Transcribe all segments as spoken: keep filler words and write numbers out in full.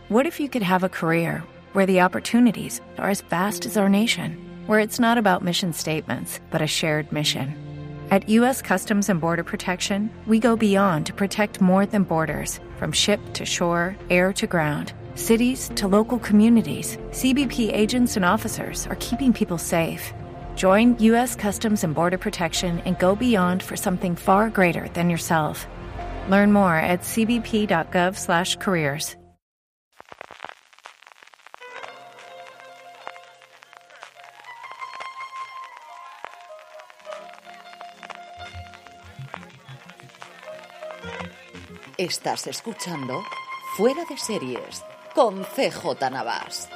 What if you could have a career where the opportunities are as vast as our nation, where it's not about mission statements, but a shared mission? At U S Customs and Border Protection, we go beyond to protect more than borders. From ship to shore, air to ground, cities to local communities, C B P agents and officers are keeping people safe. Join U S Customs and Border Protection and go beyond for something far greater than yourself. Learn more at c b p dot gov slash careers. Estás escuchando Fuera de Series con C J Navas.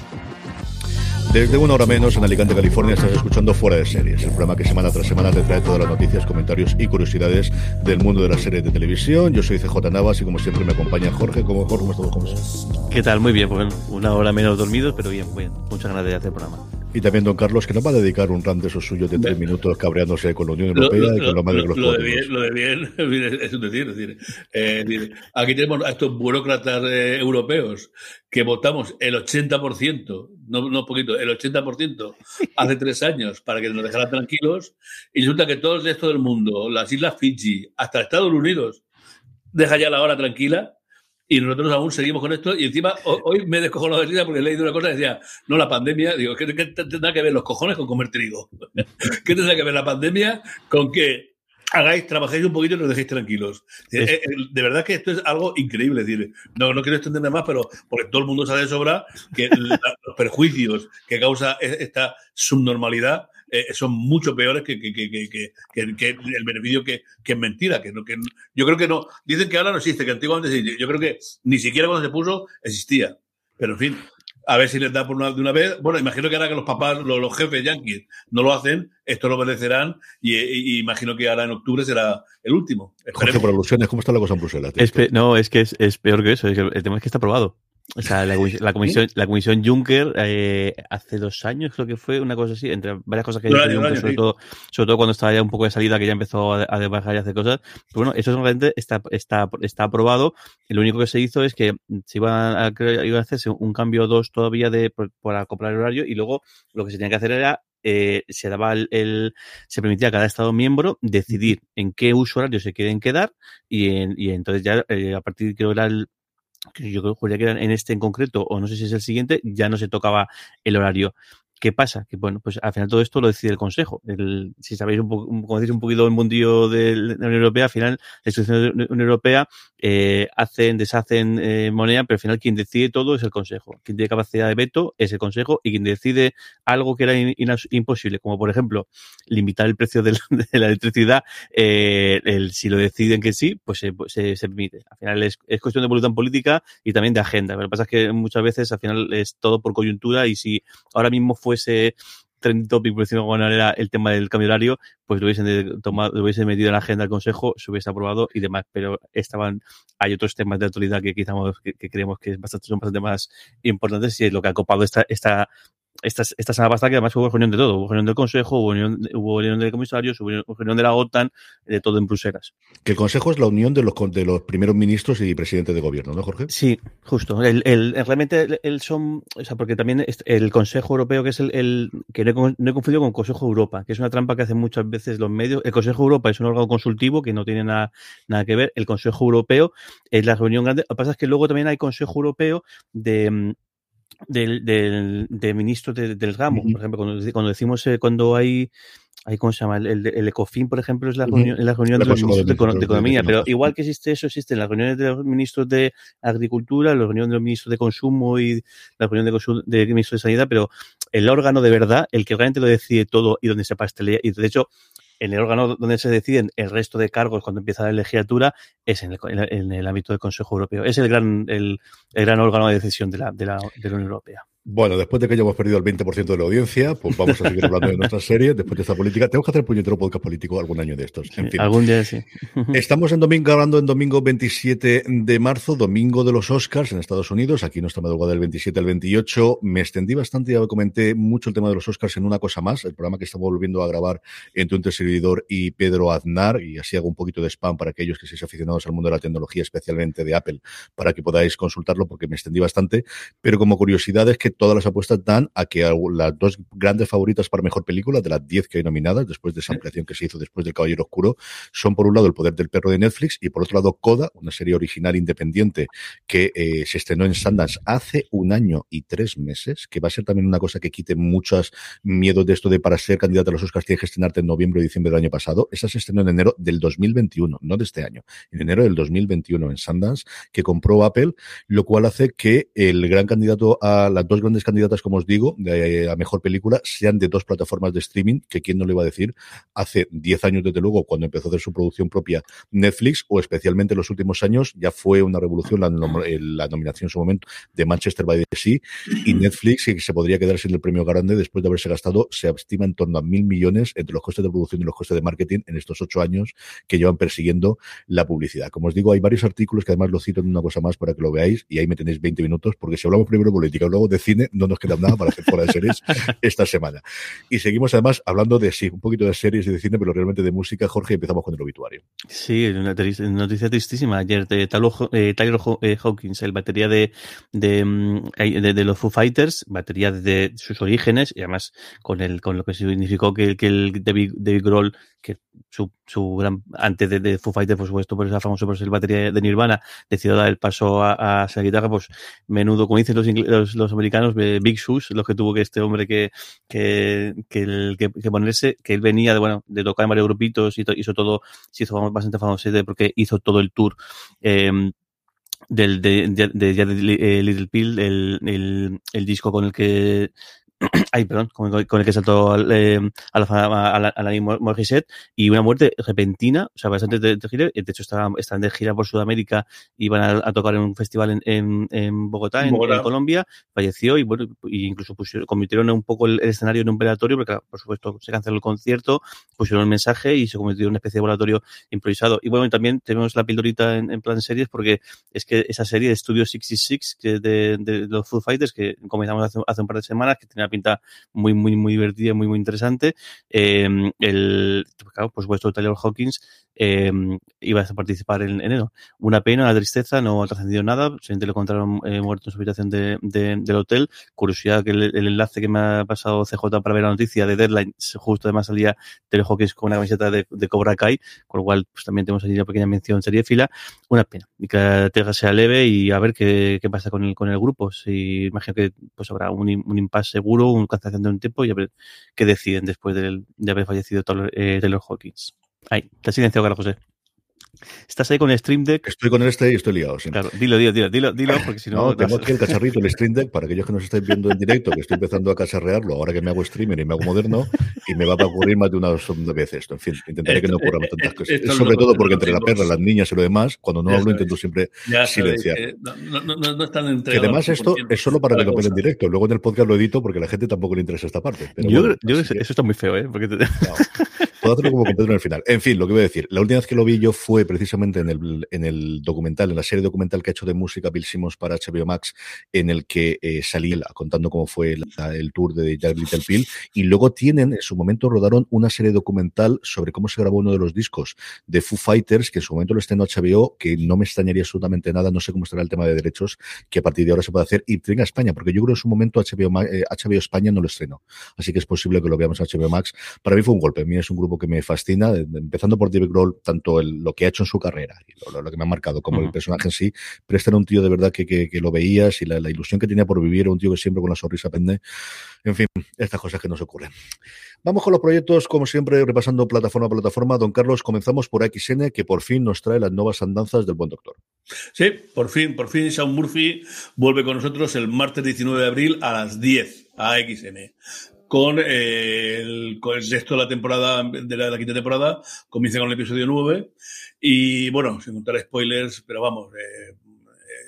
Desde una hora menos en Alicante, California, estás escuchando Fuera de Series, el programa que semana tras semana te trae todas las noticias, comentarios y curiosidades del mundo de las series de televisión. Yo soy C J Navas y como siempre me acompaña Jorge. ¿Cómo, Jorge, ¿cómo estamos? ¿Cómo estás? ¿Qué tal? Muy bien, pues una hora menos dormidos, pero bien, bien. Muchas ganas de hacer el programa. Y también don Carlos, que nos va a dedicar un rant de esos suyos de tres minutos cabreándose con la Unión Europea lo, lo, y con la madre de los lo de bien, Lo de bien es un decir. Es decir eh, decir, aquí tenemos a estos burócratas eh, europeos que votamos el ochenta por ciento, no, no poquito, el ochenta por ciento hace tres años para que nos dejaran tranquilos, y resulta que todo el resto del mundo, las Islas Fiji, hasta Estados Unidos, deja ya la hora tranquila. Y nosotros aún seguimos con esto. Y encima, hoy me he descojonado de risa porque he leído una cosa que decía, no, la pandemia, digo, ¿qué, qué tendrá que ver los cojones con comer trigo? ¿Qué tendrá que ver la pandemia con que hagáis, trabajéis un poquito y nos dejéis tranquilos? Es... De verdad que esto es algo increíble. Es decir, no, no quiero extenderme más, pero porque todo el mundo sabe de sobra que la, los perjuicios que causa esta subnormalidad Eh, son mucho peores que, que, que, que, que, que el beneficio que, que es mentira. Que no, que, yo creo que no. Dicen que ahora no existe, que antiguamente sí. Yo creo que ni siquiera cuando se puso existía. Pero en fin, a ver si les da por una, de una vez. Bueno, imagino que ahora que los papás, los, los jefes yanquis no lo hacen, esto lo obedecerán y, y, y imagino que ahora en octubre será el último. Jorge, por alusiones, ¿cómo está la cosa en Bruselas? Es pe- no, es que es, es peor que eso. Es que el tema es que está aprobado. O sea, la, la comisión, la comisión Juncker eh, hace dos años creo que fue una cosa así, entre varias cosas que ha dicho Juncker, sobre todo, sobre todo cuando estaba ya un poco de salida, que ya empezó a, a bajar y a hacer cosas. Pero bueno, eso realmente está, está, está aprobado. Lo único que se hizo es que se iba a, iba a hacerse un cambio dos todavía de para acoplar el horario, y luego lo que se tenía que hacer era Eh, se daba el, el se permitía a cada estado miembro decidir en qué uso horario se quieren quedar, y, en, y entonces ya eh, a partir creo que era el que yo creo que era en este en concreto, o no sé si es el siguiente, ya no se tocaba el horario. ¿Qué pasa? Que bueno, pues al final todo esto lo decide el Consejo. El, si sabéis un poco, como decís, un poquito el mundillo de la Unión Europea, al final la institución de la Unión Europea eh, hacen, deshacen eh, moneda, pero al final quien decide todo es el Consejo. Quien tiene capacidad de veto es el Consejo, y quien decide algo que era in, in, imposible, como por ejemplo limitar el precio de la, de la electricidad, eh, el, si lo deciden que sí, pues se, se, se permite. Al final es, es cuestión de voluntad política y también de agenda. Pero lo que pasa es que muchas veces al final es todo por coyuntura, y si ahora mismo fuese trending topic, por decirlo de alguna manera, el tema del cambio horario, pues lo hubiesen tomado, lo hubiesen metido en la agenda del Consejo, se hubiese aprobado y demás, pero estaban, hay otros temas de actualidad que quizás que, que creemos que es bastante, son bastante más importantes, y es lo que ha copado esta, esta Esta, esta semana pasada, que además hubo reunión de todo, hubo reunión del Consejo, hubo reunión, hubo reunión de comisarios, hubo reunión de la OTAN, de todo en Bruselas. Que el Consejo es la unión de los, de los primeros ministros y presidentes de gobierno, ¿no, Jorge? Sí, justo. El, el, realmente el, el son, o sea, porque también el Consejo Europeo, que es el, el que no he, no he confundido con Consejo Europa, que es una trampa que hacen muchas veces los medios. El Consejo Europa es un órgano consultivo que no tiene nada, nada que ver. El Consejo Europeo es la reunión grande. Lo que pasa es que luego también hay Consejo Europeo de del, del, de ministros de, del ramo, uh-huh. Por ejemplo, cuando, cuando decimos eh, cuando hay, hay ¿cómo se llama? El, el, el ECOFIN, por ejemplo, es la reunión, uh-huh. la reunión la de los ministros de, de, de Economía, de pero igual que existe eso, existen las reuniones de los ministros de Agricultura, la reunión de los ministros de Consumo y la reunión de, consum- de ministros de Sanidad, pero el órgano de verdad, el que realmente lo decide todo y donde se pastelea, y de hecho en el órgano donde se deciden el resto de cargos cuando empieza la legislatura es en el, en el ámbito del Consejo Europeo. Es el gran el, el gran órgano de decisión de la, de la, de la Unión Europea. Bueno, después de que hayamos perdido el veinte por ciento de la audiencia, pues vamos a seguir hablando de nuestras series, después de esta política. Tenemos que hacer puñetero podcast político algún año de estos. Sí, en fin. Algún día sí. Estamos en domingo, hablando en domingo veintisiete de marzo, domingo de los Oscars en Estados Unidos. Aquí nuestra madrugada del veintisiete al veintiocho. Me extendí bastante, ya comenté mucho el tema de los Oscars en Una Cosa Más, el programa que estamos volviendo a grabar entre un servidor y Pedro Aznar, y así hago un poquito de spam para aquellos que seáis aficionados al mundo de la tecnología, especialmente de Apple, para que podáis consultarlo, porque me extendí bastante. Pero como curiosidad es que todas las apuestas dan a que las dos grandes favoritas para mejor película, de las diez que hay nominadas, después de esa ampliación que se hizo después del Caballero Oscuro, son por un lado El Poder del Perro de Netflix y por otro lado Coda, una serie original independiente que eh, se estrenó en Sundance hace un año y tres meses, que va a ser también una cosa que quite muchos miedos de esto de para ser candidata a los Oscars tienes que estrenarte en noviembre o diciembre del año pasado. Esa se estrenó en enero del dos mil veintiuno, no de este año, en enero del dos mil veintiuno en Sundance, que compró Apple, lo cual hace que el gran candidato a las dos grandes candidatas, como os digo, de, a mejor película, sean de dos plataformas de streaming, que quién no le iba a decir hace diez años desde luego, cuando empezó a hacer su producción propia Netflix, o especialmente en los últimos años, ya fue una revolución la, la nominación en su momento de Manchester by the Sea, y Netflix, que se podría quedar sin el premio grande después de haberse gastado, se estima en torno a mil millones entre los costes de producción y los costes de marketing en estos ocho años que llevan persiguiendo la publicidad. Como os digo, hay varios artículos que además lo cito en Una Cosa Más para que lo veáis, y ahí me tenéis veinte minutos, porque si hablamos primero de política y luego de cine, no nos queda nada para hacer fuera de series esta semana. Y seguimos además hablando de, sí, un poquito de series y de cine, pero realmente de música. Jorge, empezamos con el obituario. Sí, una noticia tristísima ayer de Tyler, eh, Tyler Hawkins, el batería de de, de de los Foo Fighters, batería de sus orígenes, y además con el con lo que significó que, que el David, David Grohl, que su, su gran, antes de, de Foo Fighters, por supuesto, por esa famoso por ser batería de Nirvana, decidió dar el paso a, a esa guitarra, pues menudo, como dicen los, los, los americanos, Big Shoes, los que tuvo que este hombre que que que, el, que, que ponerse, que él venía de, bueno, de tocar en varios grupitos y to, hizo todo, se hizo bastante famoso porque hizo todo el tour eh, del de, de, de, de, de Little Pill, el, el, el disco con el que ay, perdón, con, con el que saltó al, eh, a la a la, a la Morissette, y una muerte repentina, o sea, bastante de, de gira. De hecho, estaban, estaban de gira por Sudamérica, iban a, a tocar en un festival en, en, en Bogotá, en, Bogotá. en Colombia, falleció, y bueno, y incluso pusieron, convirtieron un poco el, el escenario en un velatorio, porque por supuesto se canceló el concierto, pusieron el mensaje y se convirtió en una especie de velatorio improvisado. Y bueno, y también tenemos la pildorita en, en plan series, porque es que esa serie de Studio sesenta y seis, que de, de los Foo Fighters, que comenzamos hace, hace un par de semanas, que tenía pinta muy, muy, muy divertida, muy, muy interesante. Eh, el, claro, por supuesto, Tyler Hawkins eh, iba a participar en enero. Una pena, una tristeza, no ha trascendido nada. Simplemente lo encontraron eh, muerto en su habitación de, de, del hotel. Curiosidad que el, el enlace que me ha pasado C J para ver la noticia de Deadline, justo además salía Tyler Hawkins con una camiseta de, de Cobra Kai, con lo cual pues también tenemos ahí una pequeña mención seriéfila. Una pena. Y que la tierra sea leve y a ver qué, qué pasa con el, con el grupo. Si, imagino que pues habrá un, un impasse seguro, un cancelación de un tiempo, y a ver qué deciden después de, de haber fallecido Taylor, eh, Taylor Hawkins. Ahí, te has silenciado, Carlos José. ¿Estás ahí con el Stream Deck? Estoy con este y estoy liado, sí. Claro, dilo, dilo, dilo, dilo, dilo porque si no... No, tengo aquí el cacharrito, el Stream Deck, para aquellos que nos estáis viendo en directo, que estoy empezando a cacharrearlo ahora que me hago streamer y me hago moderno, y me va a ocurrir más de una vez esto. En fin, intentaré que no ocurra tantas cosas. Es sobre todo porque entre la perra, las niñas y lo demás, cuando no hablo intento siempre silenciar. No, no, no, no están que además esto es solo para que lo vean en directo. Luego en el podcast lo edito porque a la gente tampoco le interesa esta parte. Pero yo bueno, yo eso que... está muy feo, ¿eh? Porque te... no. Puedo hacerlo como contento en el final. En fin, lo que voy a decir. La última vez que lo vi yo fue precisamente en el, en el documental, en la serie documental que ha hecho de música Bill Simmons para H B O Max, en el que eh, salí contando cómo fue la, el tour de Jagged Little Pill. Y luego tienen, en su momento rodaron una serie documental sobre cómo se grabó uno de los discos de Foo Fighters, que en su momento lo estrenó H B O, que no me extrañaría absolutamente nada, no sé cómo estará el tema de derechos, que a partir de ahora se puede hacer, y venga a España, porque yo creo que en su momento H B O, eh, H B O España no lo estrenó. Así que es posible que lo veamos en H B O Max. Para mí fue un golpe. A mí es un grupo que me fascina, empezando por David Grohl, tanto el, lo que ha hecho en su carrera, y lo, lo que me ha marcado, como uh-huh. el personaje en sí, pero este era un tío de verdad que, que, que lo veías, y la, la ilusión que tenía por vivir, era un tío que siempre con la sonrisa pende. En fin, estas cosas que nos ocurren. Vamos con los proyectos, como siempre, repasando plataforma a plataforma. Don Carlos, comenzamos por A X N, que por fin nos trae las nuevas andanzas del Buen Doctor. Sí, por fin, por fin Sean Murphy vuelve con nosotros el martes diecinueve de abril a las diez a A X N. Con, eh, el, con el sexto de la temporada, de la, de la quinta temporada, comienza con el episodio nueve. Y bueno, sin contar spoilers, pero vamos, eh,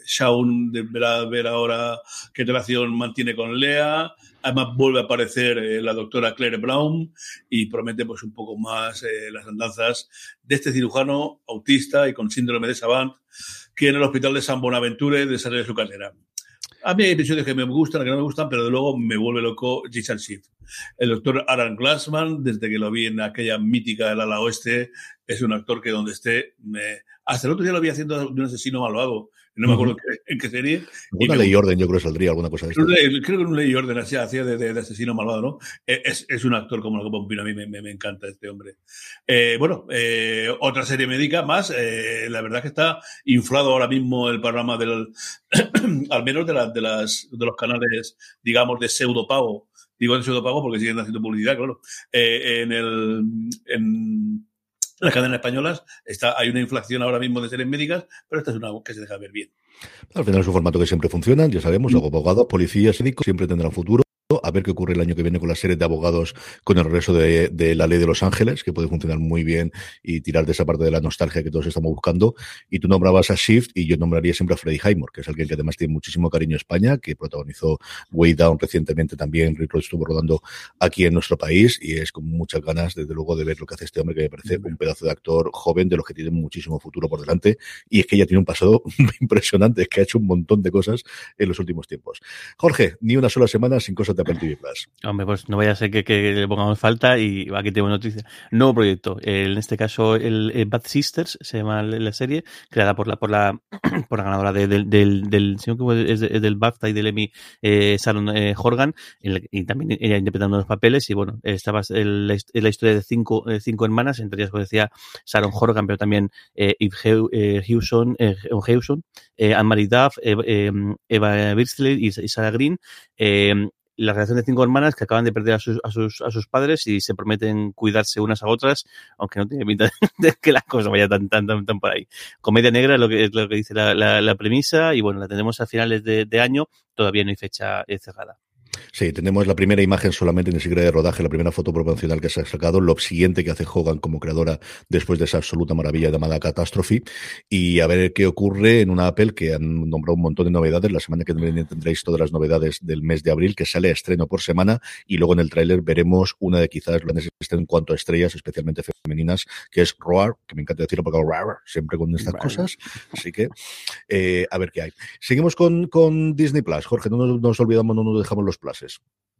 Shaun, de ver, a, ver ahora qué relación mantiene con Lea. Además vuelve a aparecer eh, la doctora Claire Brown y promete pues un poco más eh, las andanzas de este cirujano autista y con síndrome de Savant que en el hospital de San Bonaventure desarrolla su carrera. A mí hay episodios que me gustan, que no me gustan, pero de luego me vuelve loco Richard Schiff. El doctor Aaron Glassman, desde que lo vi en aquella mítica del ala oeste, es un actor que donde esté... Me... Hasta el otro día lo vi haciendo de un asesino malvado. No me acuerdo uh-huh. en qué serie. Una Ley y Orden, yo creo que saldría alguna cosa de esto. Creo que en un Ley y Orden hacía de, de, de asesino malvado, ¿no? Es, es un actor como lo que Pompino. A mí me, me, me encanta este hombre. Eh, bueno, eh, otra serie médica más. Eh, la verdad que está inflado ahora mismo el programa del... al menos de, la, de, las, de los canales, digamos, de pseudopago. Digo de pseudopago porque siguen haciendo publicidad, claro. Eh, en el... En, las cadenas españolas está, hay una inflación ahora mismo de series médicas, pero esta es una que se deja ver bien. Al final es un formato que siempre funciona, ya sabemos, los abogados, policías, médicos siempre tendrán futuro. A ver qué ocurre el año que viene con la serie de abogados con el regreso de, de La Ley de Los Ángeles, que puede funcionar muy bien y tirar de esa parte de la nostalgia que todos estamos buscando. Y tú nombrabas a Shift y yo nombraría siempre a Freddie Highmore, que es alguien que además tiene muchísimo cariño a España, que protagonizó Way Down recientemente también, Rick Ross estuvo rodando aquí en nuestro país y es con muchas ganas, desde luego, de ver lo que hace este hombre, que me parece un pedazo de actor joven de los que tiene muchísimo futuro por delante. Y es que ya tiene un pasado impresionante, es que ha hecho un montón de cosas en los últimos tiempos. Jorge, ni una sola semana sin cosas de Apple T V Plus. Hombre, pues no vaya a ser que, que le pongamos falta y aquí tenemos noticia. Nuevo proyecto, en este caso el, el Bad Sisters se llama la serie, creada por la por la por la ganadora de, de, del del sino que es, de, es del BAFTA y del Emmy, eh, Sharon eh, Horgan, el, y también ella interpretando los papeles. Y bueno, estaba el, la, la historia de cinco eh, cinco hermanas, entre ellas, como decía, Sharon Horgan, pero también eh, Eve eh, Hewson, eh, Hewson, eh, Anne-Marie Duff, eh, eh, Eva Beardsley y, y Sarah Green. Eh, la relación de cinco hermanas que acaban de perder a sus, a sus, a sus padres y se prometen cuidarse unas a otras, aunque no tiene pinta de que la cosa vaya tan, tan, tan, tan por ahí. Comedia negra es lo que, es lo que dice la, la, la premisa y bueno, la tenemos a finales de, de año, todavía no hay fecha cerrada. Sí, tenemos la primera imagen solamente, ni siquiera de rodaje, la primera foto promocional que se ha sacado, lo siguiente que hace Hogan como creadora después de esa absoluta maravilla llamada Catastrophe, y a ver qué ocurre en una Apple que han nombrado un montón de novedades. La semana que viene tendréis todas las novedades del mes de abril, que sale a estreno por semana, y luego en el tráiler veremos una de quizás las que estén en cuanto a estrellas, especialmente femeninas, que es Roar, que me encanta decirlo porque Roar siempre con estas Roar. cosas, así que eh, a ver qué hay. Seguimos con, con Disney Plus. Jorge, no nos, nos olvidamos, no nos dejamos los pluses.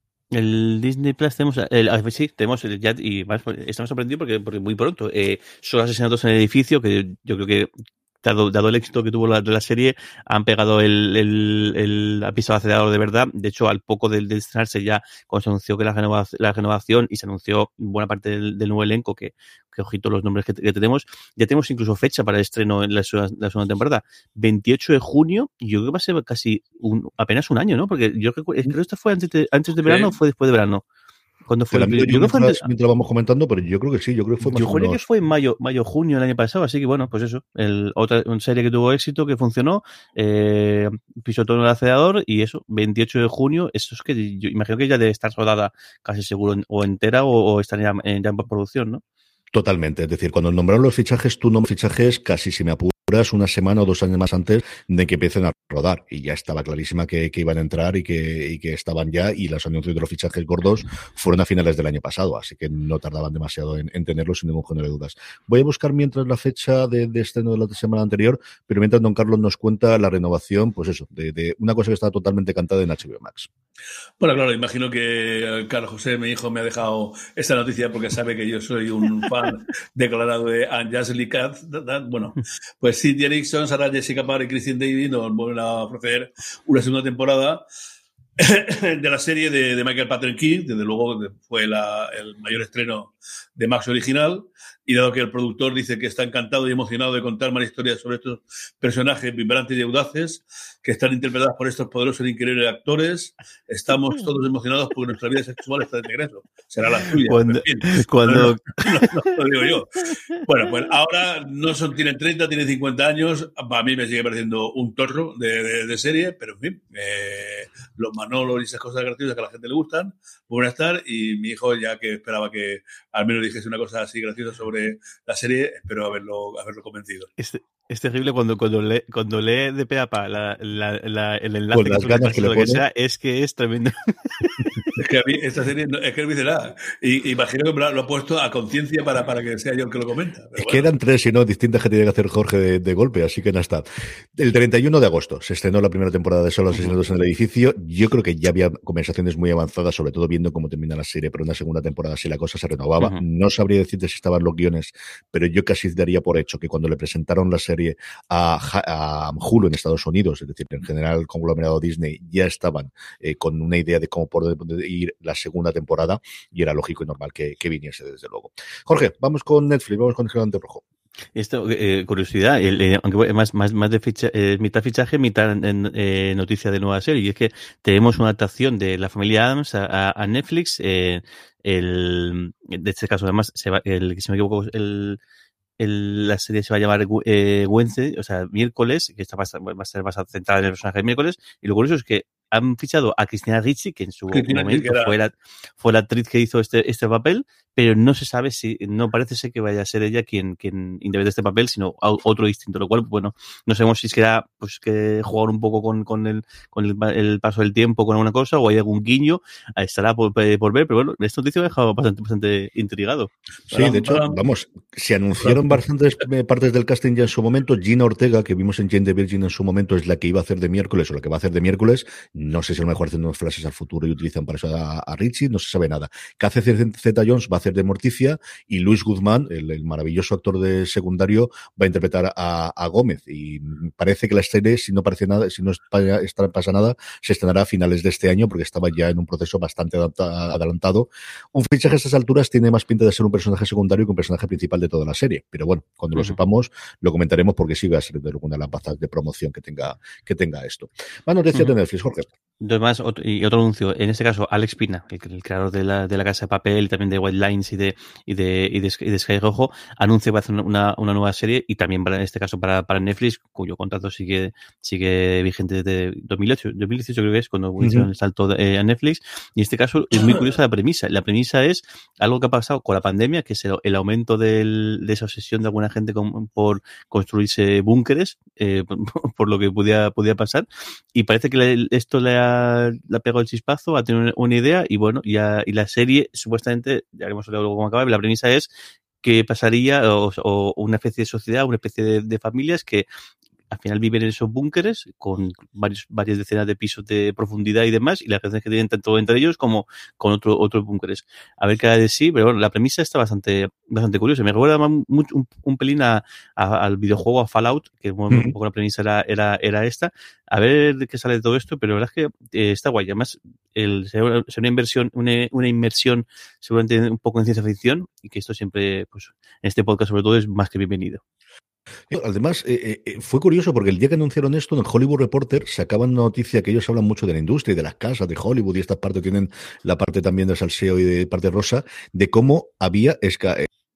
El Disney Plus tenemos, el, sí, tenemos ya, y más, estamos sorprendidos porque, porque muy pronto, eh, son asesinatos en el edificio, que yo creo que dado, dado el éxito que tuvo la, de la serie, han pegado el, el, el, el piso acelerador de verdad. De hecho, al poco de, de estrenarse ya, cuando se anunció que la renovación, la renovación y se anunció buena parte del, del nuevo elenco, que, que ojito los nombres que, que tenemos, ya tenemos incluso fecha para el estreno en la, la segunda temporada, veintiocho de junio, y yo creo que va a ser casi un, apenas un año, ¿no? Porque yo creo, creo que esto fue antes de, antes de verano, sí. O fue después de verano. ¿Cuándo fue? Yo, yo creo que fue antes, mientras lo vamos comentando, pero yo creo que sí, yo creo que fue más Yo creo que fue en mayo, mayo, junio del año pasado, así que bueno, pues eso, el, otra una serie que tuvo éxito, que funcionó, eh, pisotó en el acelerador y eso, veintiocho de junio, eso es que yo imagino que ya debe estar rodada casi seguro o entera o, o estar ya, ya en producción, ¿no? Totalmente, es decir, cuando nombraron los fichajes, tú nombras fichajes casi si me apuras una semana o dos años más antes de que empiecen a rodar, y ya estaba clarísima que, que iban a entrar y que, y que estaban ya, y los anuncios de los fichajes gordos fueron a finales del año pasado, así que no tardaban demasiado en, en tenerlos sin ningún género de dudas. Voy a buscar mientras la fecha de, de estreno de la semana anterior, pero mientras don Carlos nos cuenta la renovación, pues eso, de, de una cosa que está totalmente cantada en H B O Max. Bueno, claro, imagino que Carlos José, mi hijo, me ha dejado esta noticia porque sabe que yo soy un fan declarado de Anne Jasly Cat. Bueno, pues Cynthia Erickson, Sarah Jessica Parker y Christine David nos vuelven a ofrecer una segunda temporada de la serie de, de Michael Patrick King. Desde luego fue la, el mayor estreno de Max original, y dado que el productor dice que está encantado y emocionado de contar más historias sobre estos personajes vibrantes y audaces que están interpretados por estos poderosos e increíbles actores, estamos todos emocionados porque nuestra vida sexual está de regreso. Será la tuya. Cuando, en fin, cuando... No, no, no, no, lo digo yo. Bueno, pues ahora no son, tienen treinta, tienen cincuenta años. A mí me sigue pareciendo un torro de, de, de serie, pero en fin, eh, los Manolos y esas cosas graciosas que a la gente le gustan, van a estar. Y mi hijo, ya que esperaba que al menos dijese una cosa así graciosa sobre la serie, espero haberlo, haberlo convencido. Este, Es terrible cuando, cuando, lee, cuando lee de pe a pa la, la, la, el enlace Con las que, ganas que le lo pone. que sea, es que es tremendo. Es que a mí esta serie no, es que no me dice nada. Y imagino que me lo, lo ha puesto a conciencia para, para que sea yo el que lo comenta. Pero es bueno. que eran tres y no distintas que tenía que hacer Jorge de, de golpe, así que no está. El treinta y uno de agosto se estrenó la primera temporada de Solo Asesinatos en el Edificio. Yo creo que ya había conversaciones muy avanzadas, sobre todo viendo cómo termina la serie, pero una segunda temporada si la cosa se renovaba. Uh-huh. No sabría decirte si estaban los guiones, pero yo casi daría por hecho que cuando le presentaron la serie a, a Hulu en Estados Unidos, es decir, en general el conglomerado Disney, ya estaban eh, con una idea de cómo poder ir la segunda temporada y era lógico y normal que, que viniese, desde luego. Jorge, vamos con Netflix, vamos con el Gigante Rojo. Esto, eh, curiosidad, el, eh, aunque más, más, más de ficha, eh, mitad fichaje, mitad en, eh, noticia de nueva serie, y es que tenemos una adaptación de La Familia Addams a, a Netflix, eh, el, de este caso además, se va, el, si me equivoco, el El, la serie se va a llamar eh, Wednesday, o sea, miércoles, que está bastante, va a ser más centrada en el personaje de miércoles, y lo curioso es que han fichado a Cristina Ricci, que en su Cristina momento era... fue, la, fue la actriz que hizo este, este papel, pero no se sabe si, no parece ser que vaya a ser ella quien, quien interprete este papel, sino otro distinto, lo cual, bueno, no sabemos si será, pues, que jugar un poco con, con, el, con el, el paso del tiempo, con alguna cosa, o hay algún guiño, estará por, por ver, pero bueno, esta noticia me ha dejado bastante, bastante intrigado. Sí, de hecho, vamos, se anunciaron bastantes partes del casting ya en su momento. Gina Ortega, que vimos en Jane the Virgin en su momento, es la que iba a hacer de miércoles o la que va a hacer de miércoles. No sé si a lo mejor hacen unos flashes al futuro y utilizan para eso a, a Richie, no se sabe nada. K C Z Jones va a hacer de Morticia y Luis Guzmán, el, el maravilloso actor de secundario, va a interpretar a, a Gómez. Y parece que la serie, si no parece nada, si no está, pasa nada, se estrenará a finales de este año porque estaba ya en un proceso bastante adapta, adelantado. Un fichaje a estas alturas tiene más pinta de ser un personaje secundario que un personaje principal de toda la serie. Pero bueno, cuando uh-huh. lo sepamos, lo comentaremos porque sí va a ser de alguna de las bazas de promoción que tenga, que tenga esto. Más noticias uh-huh. de Netflix, Jorge. Además, otro, y otro anuncio, en este caso, Alex Pina, el, el creador de la, de la Casa de Papel y también de White Lines y de, y de, y de, y de Sky Rojo, anuncia que va a hacer una, una nueva serie y también para, en este caso para, para Netflix, cuyo contrato sigue, sigue vigente desde dos mil ocho, dos mil dieciocho creo que es cuando uh-huh. hicieron el salto de, eh, a Netflix. Y en este caso es muy curiosa la premisa. La premisa es algo que ha pasado con la pandemia, que es el, el aumento del, de esa obsesión de alguna gente con, por construirse búnkeres, eh, por, por lo que podía, podía pasar. Y parece que le, esto le ha, le ha pegado el chispazo, ha tenido una idea y bueno, ya, y la serie supuestamente, ya hemos hablado luego cómo acaba, la premisa es que pasaría o, o una especie de sociedad, una especie de, de familias que al final viven en esos búnkeres con varios, varias decenas de pisos de profundidad y demás, y las relaciones que tienen tanto entre ellos como con otro, otros búnkeres. A ver qué hay de sí, pero bueno, la premisa está bastante, bastante curiosa. Me recuerda mucho, un, un pelín a, a, al videojuego, a Fallout, que bueno, un poco la premisa era, era, era esta. A ver de qué sale de todo esto, pero la verdad es que eh, está guay. Además, el, será una inversión, una, una inmersión seguramente un poco en ciencia ficción, y que esto siempre, pues, en este podcast sobre todo es más que bienvenido. Además, eh, eh, fue curioso porque el día que anunciaron esto, en el Hollywood Reporter sacaban una noticia que ellos hablan mucho de la industria y de las casas de Hollywood, y estas partes tienen la parte también de salseo y de parte rosa, de cómo había esca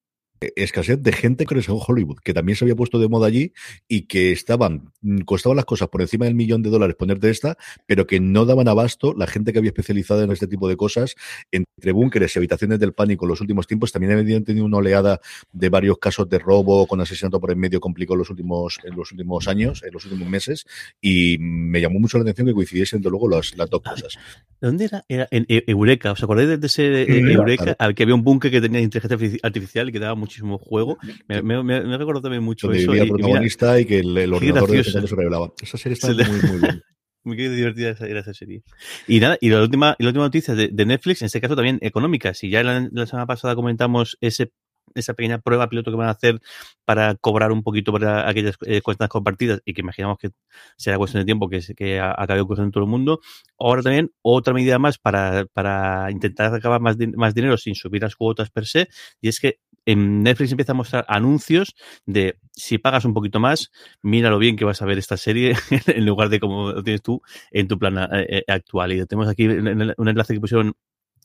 escasez de gente que en Hollywood, que también se había puesto de moda allí y que estaban, costaban las cosas por encima del millón de dólares ponerte esta, pero que no daban abasto la gente que había especializado en este tipo de cosas, entre búnkeres y habitaciones del pánico en los últimos tiempos. También habían tenido una oleada de varios casos de robo con asesinato por en medio complicado en los últimos, en los últimos años, en los últimos meses, y me llamó mucho la atención que coincidiesen de luego las, las dos cosas. ¿Dónde era? Era en Eureka. ¿Os acordáis de ese eh, Eureka? Claro. Que había un búnker que tenía inteligencia artificial y que daba muchísimo juego. Me, me, me, me recuerdo también mucho donde eso. Vivía el protagonista y, mira, y que el, el ordenador de vez en se revelaba. Esa serie está muy, muy bien. Muy divertida era esa serie. Y nada, y la última, y la última noticia de, de Netflix, en este caso también económica. Si ya la, la semana pasada comentamos ese esa pequeña prueba piloto que van a hacer para cobrar un poquito para aquellas eh, cuentas compartidas y que imaginamos que será cuestión de tiempo que, que acabe ocurriendo en todo el mundo. Ahora también otra medida más para, para intentar acabar más, más dinero sin subir las cuotas per se, y es que en Netflix empieza a mostrar anuncios de si pagas un poquito más, míralo bien que vas a ver esta serie en lugar de como lo tienes tú en tu plan eh, actual. Y tenemos aquí un enlace que pusieron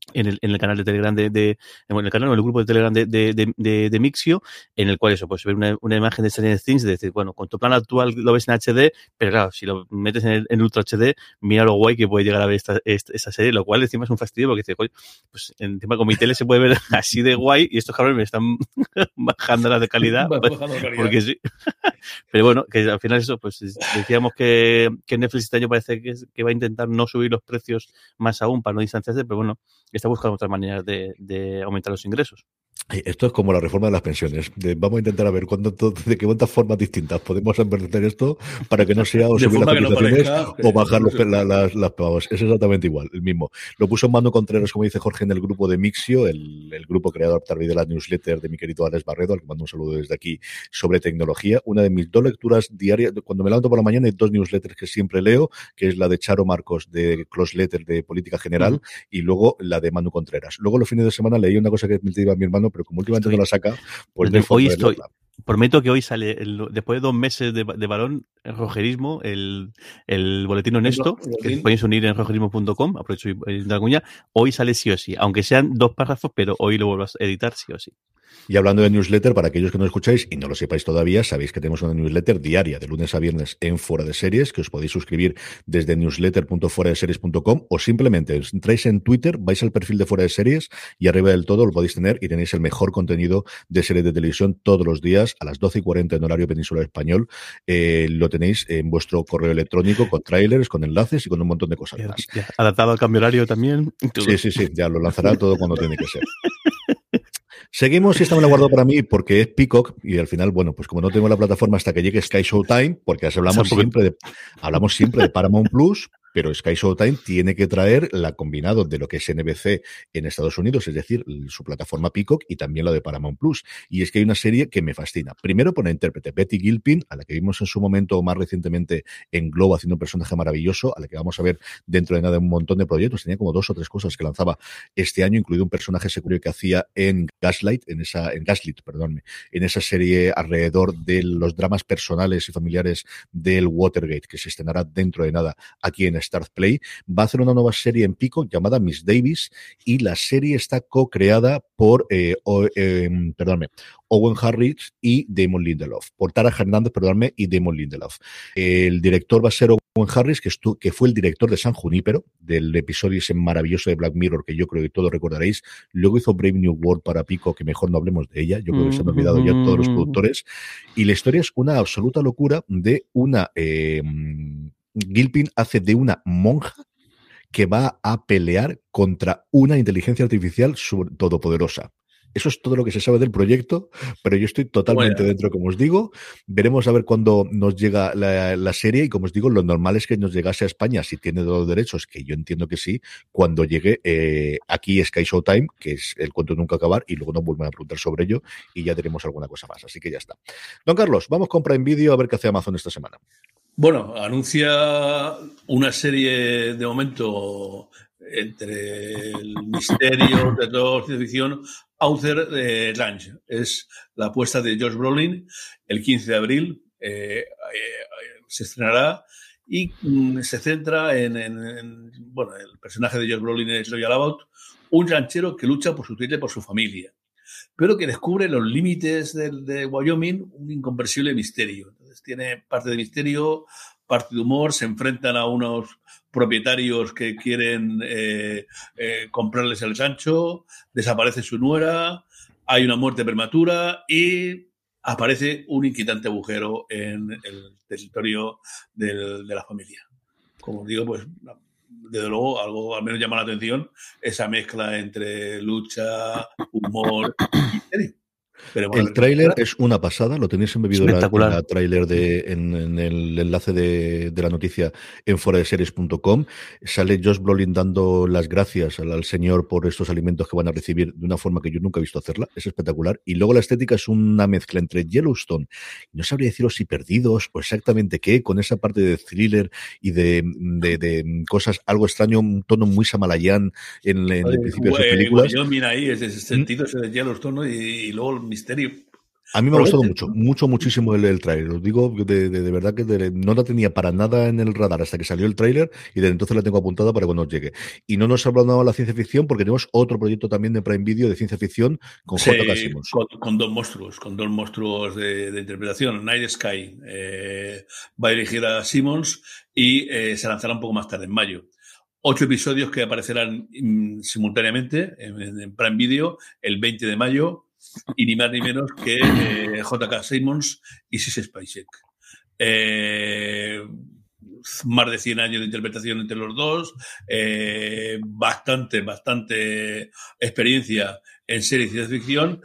en el, en el canal de Telegram de, de en el canal o en el grupo de Telegram de, de, de, de, de Mixio, en el cual eso, pues ver una, una imagen de Stranger Things, de decir, bueno, con tu plan actual lo ves en H D, pero claro, si lo metes en, el, en Ultra H D, mira lo guay que puede llegar a ver esta, esta, esa serie, lo cual encima es un fastidio porque dice, coño, pues encima con mi tele se puede ver así de guay y estos cabrones me están bajando la de calidad, pues, calidad. Porque sí. Pero bueno, que al final eso, pues decíamos que, que Netflix este año parece que, que va a intentar no subir los precios más aún para no distanciarse, pero bueno, está buscando otras maneras de, de aumentar los ingresos. Esto es como la reforma de las pensiones. De, vamos a intentar a ver cuándo, de qué cuántas formas distintas podemos invertir esto para que no sea o subir las cotizaciones no o bajar los, la, las, las pagos. Es exactamente igual, el mismo. Lo puso en Manu Contreras, como dice Jorge, en el grupo de Mixio, el, el grupo creado a través de la newsletter de mi querido Alex Barredo, al que mando un saludo desde aquí, sobre tecnología. Una de mis dos lecturas diarias, cuando me levanto por la mañana, hay dos newsletters que siempre leo, que es la de Charo Marcos, de Close Letter de Política General, uh-huh. y luego la de Manu Contreras. Luego los fines de semana leí una cosa que me iba a mi hermano, pero como últimamente estoy, no la saca, pues de hoy estoy. Prometo que hoy sale, el, después de dos meses de, de varón, el rojerismo, el, el boletín honesto, no, que podéis unir en rojerismo punto com, aprovecho la cuña, hoy sale sí o sí, aunque sean dos párrafos, pero hoy lo vuelvo a editar sí o sí. Y hablando de newsletter, para aquellos que no escucháis y no lo sepáis todavía, sabéis que tenemos una newsletter diaria de lunes a viernes en Fuera de Series, que os podéis suscribir desde newsletter punto fuera de series punto com o simplemente entráis en Twitter, vais al perfil de Fuera de Series y arriba del todo lo podéis tener y tenéis el mejor contenido de series de televisión todos los días a las doce y cuarenta en horario peninsular español. Eh, lo tenéis en vuestro correo electrónico con trailers, con enlaces y con un montón de cosas ya, más. Ya, adaptado al cambio horario también. Sí, sí, sí, ya lo lanzará todo cuando tiene que ser. Seguimos y esta me la guardo para mí porque es Peacock y al final, bueno, pues como no tengo la plataforma hasta que llegue Sky Showtime, porque hablamos siempre de, hablamos siempre de Paramount Plus, pero Sky Showtime tiene que traer la combinado de lo que es N B C en Estados Unidos, es decir, su plataforma Peacock y también la de Paramount Plus. Y es que hay una serie que me fascina. Primero por la intérprete Betty Gilpin, a la que vimos en su momento más recientemente en Globo haciendo un personaje maravilloso, a la que vamos a ver dentro de nada un montón de proyectos. Tenía como dos o tres cosas que lanzaba este año, incluido un personaje secundario que hacía en Gaslight, en esa, en Gaslit, perdónme, en esa serie alrededor de los dramas personales y familiares del Watergate, que se estrenará dentro de nada aquí en Start Play. Va a hacer una nueva serie en Peacock llamada Miss Davis y la serie está co-creada por eh, o, eh, perdóname, Owen Harris y Damon Lindelof, por Tara Hernández, perdóname, y Damon Lindelof. El director va a ser Owen Harris, que, estu- que fue el director de San Junípero, del episodio ese maravilloso de Black Mirror, que yo creo que todos recordaréis. Luego hizo Brave New World para Peacock, que mejor no hablemos de ella, yo creo que se han olvidado ya todos los productores. Y la historia es una absoluta locura de una... Eh, Gilpin hace de una monja que va a pelear contra una inteligencia artificial todopoderosa. Eso es todo lo que se sabe del proyecto, pero yo estoy totalmente bueno. dentro, como os digo. Veremos a ver cuándo nos llega la, la serie y, como os digo, lo normal es que nos llegase a España, si tiene todos los derechos, que yo entiendo que sí, cuando llegue eh, aquí Sky Showtime, que es el cuento nunca acabar, y luego nos vuelven a preguntar sobre ello y ya tenemos alguna cosa más. Así que ya está. Don Carlos, vamos con Prime Video a ver qué hace Amazon esta semana. Bueno, anuncia una serie de momento entre el misterio, de toda ciencia ficción, Outer eh, Range. Es la apuesta de Josh Brolin el quince de abril. Eh, eh, se estrenará y mm, se centra en, en, en, bueno, el personaje de Josh Brolin es Royal About, un ranchero que lucha por su tierra y por su familia, pero que descubre los límites de, de Wyoming, un incomprensible misterio. Entonces tiene parte de misterio, parte de humor, se enfrentan a unos propietarios que quieren eh, eh, comprarles el rancho, desaparece su nuera, hay una muerte prematura y aparece un inquietante agujero en el territorio del, de la familia. Como digo, pues desde luego algo al menos llama la atención, esa mezcla entre lucha, humor y misterio. Pero bueno, el tráiler es una pasada, lo tenéis embebido en la, en la tráiler de en, en el enlace de, de la noticia en fuera de series punto com. Sale Josh Brolin dando las gracias al, al señor por estos alimentos que van a recibir de una forma que yo nunca he visto hacerla, es espectacular. Y luego la estética es una mezcla entre Yellowstone, no sabría deciros si Perdidos o exactamente qué, con esa parte de thriller y de, de, de cosas algo extraño, un tono muy Samalayán en, en el principio de sus películas. Yo mira ahí ese sentido ese de Yellowstone, ¿no? y, y luego misterio. A mí me ha gustado mucho, mucho, muchísimo el, el tráiler. Os digo de, de, de verdad que de, no la tenía para nada en el radar hasta que salió el tráiler y desde entonces la tengo apuntada para cuando os llegue. Y no nos ha hablado nada de la ciencia ficción porque tenemos otro proyecto también de Prime Video de ciencia ficción con sí, J K. Simmons. Con, con dos monstruos, con dos monstruos de, de interpretación. Night Sky eh, va a dirigir a Simmons y eh, se lanzará un poco más tarde, en mayo. Ocho episodios que aparecerán mm, simultáneamente en, en Prime Video el veinte de mayo. Y ni más ni menos que eh, J K. Simmons y Sissy Spacek. Eh, más de cien años de interpretación entre los dos, eh, bastante, bastante experiencia en series de ciencia ficción,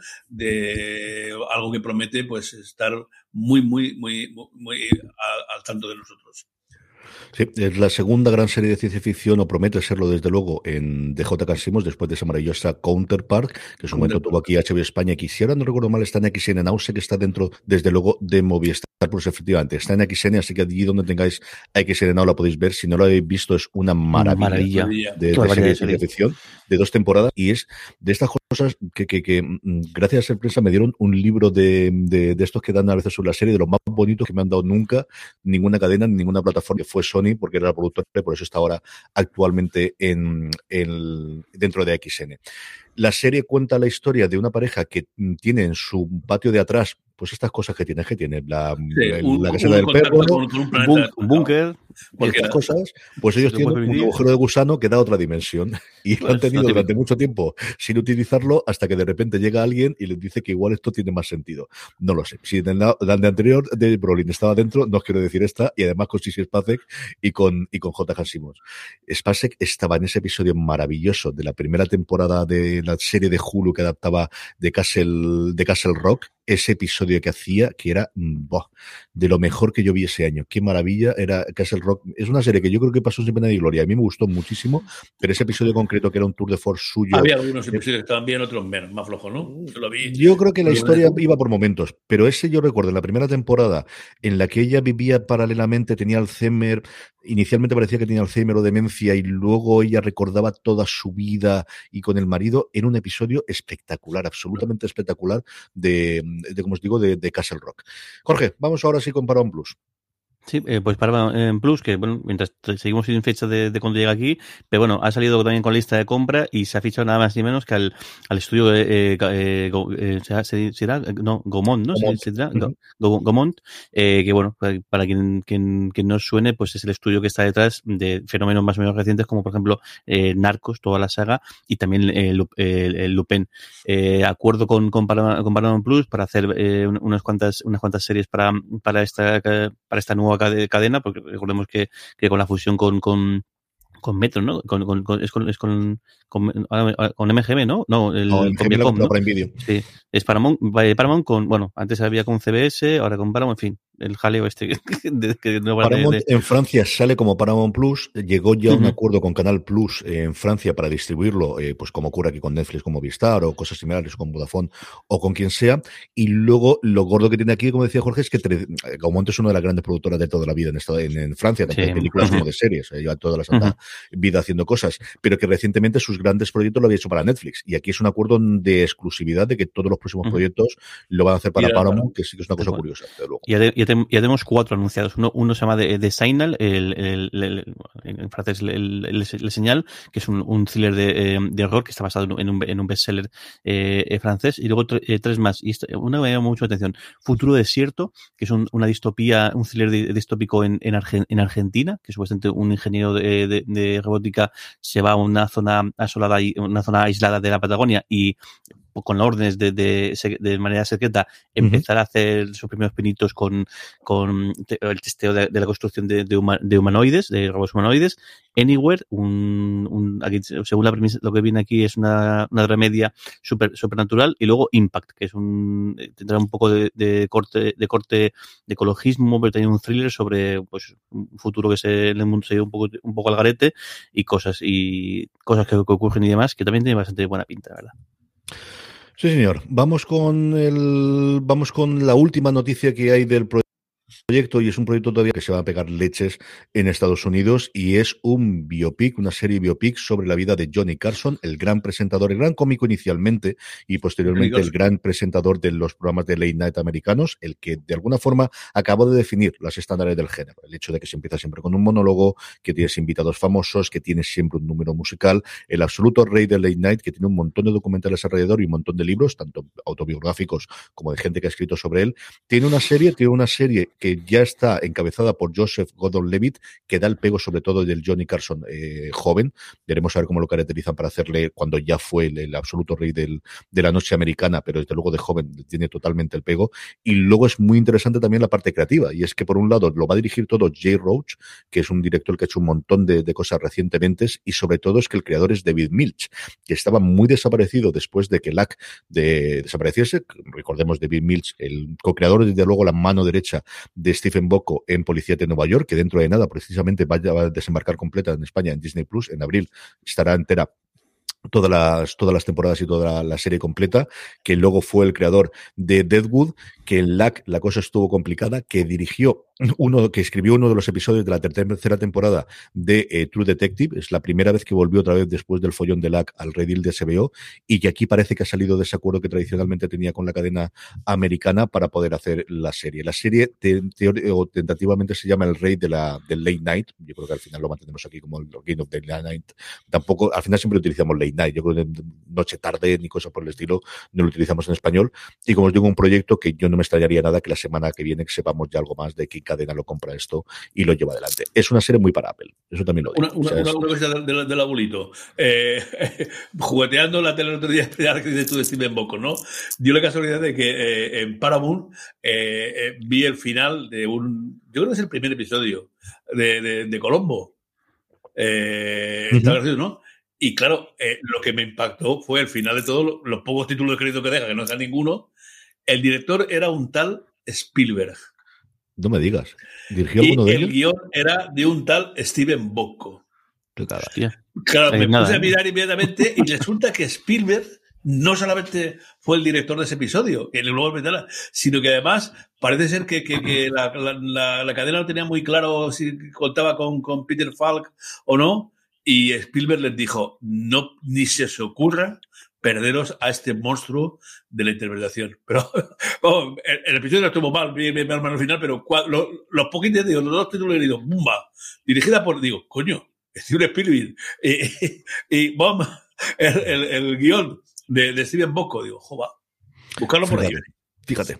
de algo que promete pues estar muy, muy, muy, muy, muy al, al tanto de nosotros. Sí, es la segunda gran serie de ciencia ficción, o promete serlo desde luego, en de J K. Simmons, después de esa maravillosa Counterpart, que en su momento tuvo aquí H B O España, que si ahora no recuerdo mal está en X N, Now sé que está dentro, desde luego, de Movistar Plus, efectivamente, está en X N, así que allí donde tengáis X N Now la podéis ver, si no lo habéis visto es una maravilla, maravilla. de, de serie de ciencia ficción, de dos temporadas, y es de estas cosas que, que, que gracias a ser prensa me dieron un libro de, de, de estos que dan a veces sobre la serie, de los más bonitos que me han dado nunca, ninguna cadena, ni ninguna plataforma, que fue Sony, porque era la productora, por eso está ahora actualmente en, en, dentro de X N. La serie cuenta la historia de una pareja que tiene en su patio de atrás pues estas cosas que tiene, que tiene la, sí, la, un, la caseta del perro, con, con un, un, un búnker, estas cosas, pues ellos tienen un agujero de gusano que da otra dimensión y lo han tenido durante mucho tiempo sin utilizarlo hasta que de repente llega alguien y les dice que igual esto tiene más sentido. No lo sé. Si en la de anterior de Brolin estaba dentro, no os quiero decir esta, y además con Sissy Spacek y con, y con J K. Simmons. Spacek estaba en ese episodio maravilloso de la primera temporada de la serie de Hulu que adaptaba de Castle, de Castle Rock, ese episodio que hacía, que era boh, de lo mejor que yo vi ese año. Qué maravilla era Castle Rock. Es una serie que yo creo que pasó sin pena ni gloria. A mí me gustó muchísimo, pero ese episodio concreto que era un tour de force suyo. Había algunos episodios que estaban bien, otros menos, más flojos, ¿no? Yo, lo vi. Yo creo que la historia iba por momentos, pero ese yo recuerdo en la primera temporada en la que ella vivía paralelamente, tenía Alzheimer, inicialmente parecía que tenía Alzheimer o demencia y luego ella recordaba toda su vida y con el marido, en un episodio espectacular, absolutamente espectacular de, de como os digo, de, de Castle Rock. Jorge, vamos ahora sí con Paramount Plus. Sí, eh, pues Paramount Plus, que bueno, mientras seguimos sin fecha de, de cuando llega aquí, pero bueno, ha salido también con lista de compra y se ha fichado nada más ni menos que al, al estudio de, eh, eh, eh, ¿se dirá? No, Gaumont, ¿no? Gaumont. ¿Se dirá? Uh-huh. Gaumont, eh, que bueno, para quien, quien, quien no suene, pues es el estudio que está detrás de fenómenos más o menos recientes como por ejemplo eh, Narcos, toda la saga, y también eh, el, el, el Lupin. Eh, acuerdo con, con, Paramount, con Paramount Plus para hacer eh, unas cuantas, unas cuantas series para, para esta, para esta nueva cadena, porque recordemos que, que con la fusión con, con, con Metro, ¿no? Con, con, con, es con, es con, con, con M G M, ¿no? No, el, no, con Viacom, ¿no? Prime Video. Sí, es Paramount, Paramount con, bueno, antes había con C B S, ahora con Paramount, en fin, el jaleo este de, que no va Paramount de, de... en Francia sale como Paramount Plus, llegó ya uh-huh. un acuerdo con Canal Plus en Francia para distribuirlo, eh, pues como ocurre aquí con Netflix, con Movistar o cosas similares, con Vodafone o con quien sea, y luego lo gordo que tiene aquí, como decía Jorge, es que Gaumont es una de las grandes productoras de toda la vida en, esta, en, en Francia, tanto sí. de películas uh-huh. como de series, eh, lleva toda la santa uh-huh. vida haciendo cosas, pero que recientemente sus grandes proyectos lo había hecho para Netflix, y aquí es un acuerdo de exclusividad de que todos los próximos uh-huh. proyectos lo van a hacer para yeah, Paramount, claro. que sí que es una cosa bueno. curiosa. Luego. Ya, de, ya, te, ya tenemos cuatro anunciados. Uno, uno se llama The, The Signal, el, el, el, el, en francés el, el, el, el señal, que es un, un thriller de, de horror que está basado en un, en un bestseller eh, francés, y luego tre, eh, tres más. Y esto, una me llama mucho la atención. Futuro Desierto, que es un, una distopía, un thriller distópico en, en, Argen, en Argentina, que supuestamente un ingeniero de, de, de robótica se va a una zona asolada, una zona aislada de la Patagonia y con órdenes de, de, de manera secreta empezar uh-huh. a hacer sus primeros pinitos con, con el testeo de, de la construcción de, de, huma, de humanoides, de robots humanoides. Anywhere, un, un aquí, según la premisa, lo que viene aquí es una, una remedia super, supernatural, y luego Impact, que es un, tendrá un poco de, de corte, de corte de ecologismo, pero también un thriller sobre pues un futuro que se, en el mundo se lleva un poco, un poco al garete, y cosas, y cosas que, que ocurren y demás, que también tiene bastante buena pinta, ¿verdad? Sí, señor. Vamos con el, vamos con la última noticia que hay del proyecto. proyecto, y es un proyecto todavía que se va a pegar leches en Estados Unidos, y es un biopic, una serie biopic sobre la vida de Johnny Carson, el gran presentador, el gran cómico inicialmente y posteriormente el gran presentador de los programas de late night americanos, el que de alguna forma acabó de definir los estándares del género, el hecho de que se empieza siempre con un monólogo, que tienes invitados famosos, que tienes siempre un número musical, el absoluto rey del late night, que tiene un montón de documentales alrededor y un montón de libros, tanto autobiográficos como de gente que ha escrito sobre él. Tiene una serie, tiene una serie que ya está encabezada por Joseph Gordon-Levitt, que da el pego sobre todo del Johnny Carson eh, joven. Veremos a ver cómo lo caracterizan para hacerle cuando ya fue el, el absoluto rey del, de la noche americana, pero desde luego de joven tiene totalmente el pego. Y luego es muy interesante también la parte creativa, y es que por un lado lo va a dirigir todo Jay Roach, que es un director que ha hecho un montón de, de cosas recientemente, y sobre todo es que el creador es David Milch, que estaba muy desaparecido después de que L A C de, desapareciese. Recordemos David Milch, el co-creador, desde luego la mano derecha de Stephen Bocco en Policía de Nueva York, que dentro de nada precisamente va a desembarcar completa en España en Disney Plus. En abril estará entera todas las todas las temporadas y toda la, la serie completa, que luego fue el creador de Deadwood, que en L A C la cosa estuvo complicada, que dirigió uno, que escribió uno de los episodios de la tercera temporada de eh, True Detective. Es la primera vez que volvió otra vez después del follón de L A C al redil de H B O, y que aquí parece que ha salido de ese acuerdo que tradicionalmente tenía con la cadena americana para poder hacer la serie. La serie te, te, o tentativamente se llama El Rey de la, del Late Night. Yo creo que al final lo mantenemos aquí como el King of the Late Night. Tampoco, al final siempre utilizamos Late Night. Yo creo que noche tarde ni cosas por el estilo no lo utilizamos en español. Y como os digo, un proyecto que yo no me extrañaría nada que la semana que viene sepamos ya algo más de qué cadena lo compra esto y lo lleva adelante. Es una serie muy para Apple, eso también lo digo. Una, una, o sea, una, es... una cosa del, del, del abuelito. Eh, jugueteando la tele el otro día, que dices tú de Steven Bocco, ¿no? Dio la casualidad de que eh, en Paramount eh, eh, vi el final de un... Yo creo que es el primer episodio de, de, de Colombo. Eh, uh-huh. Está gracioso, ¿no? Y claro, eh, lo que me impactó fue el final de todos los, los pocos títulos de crédito que deja, que no deja ninguno. El director era un tal Spielberg. No me digas. ¿Dirigió alguno de ellos? El guión era de un tal Steven Bocco. Claro, claro me nada, puse a mirar inmediatamente y resulta que Spielberg no solamente fue el director de ese episodio, el Global Metal, sino que además parece ser que, que, que la, la, la, la cadena no tenía muy claro si contaba con, con Peter Falk o no, y Spielberg les dijo, no, ni se os ocurra perderos a este monstruo de la interpretación. Pero oh, el, el episodio no estuvo mal, mi, mi, mi hermano al final, pero cua, lo, los poquitos, digo, los dos títulos he leído, ¡bumba! Dirigida por, digo, coño, Steven Spielberg. Y, y, y ¡bum! El, el, el guión de, de Steven Bocco, digo, jova, buscarlo por ahí. Fíjate.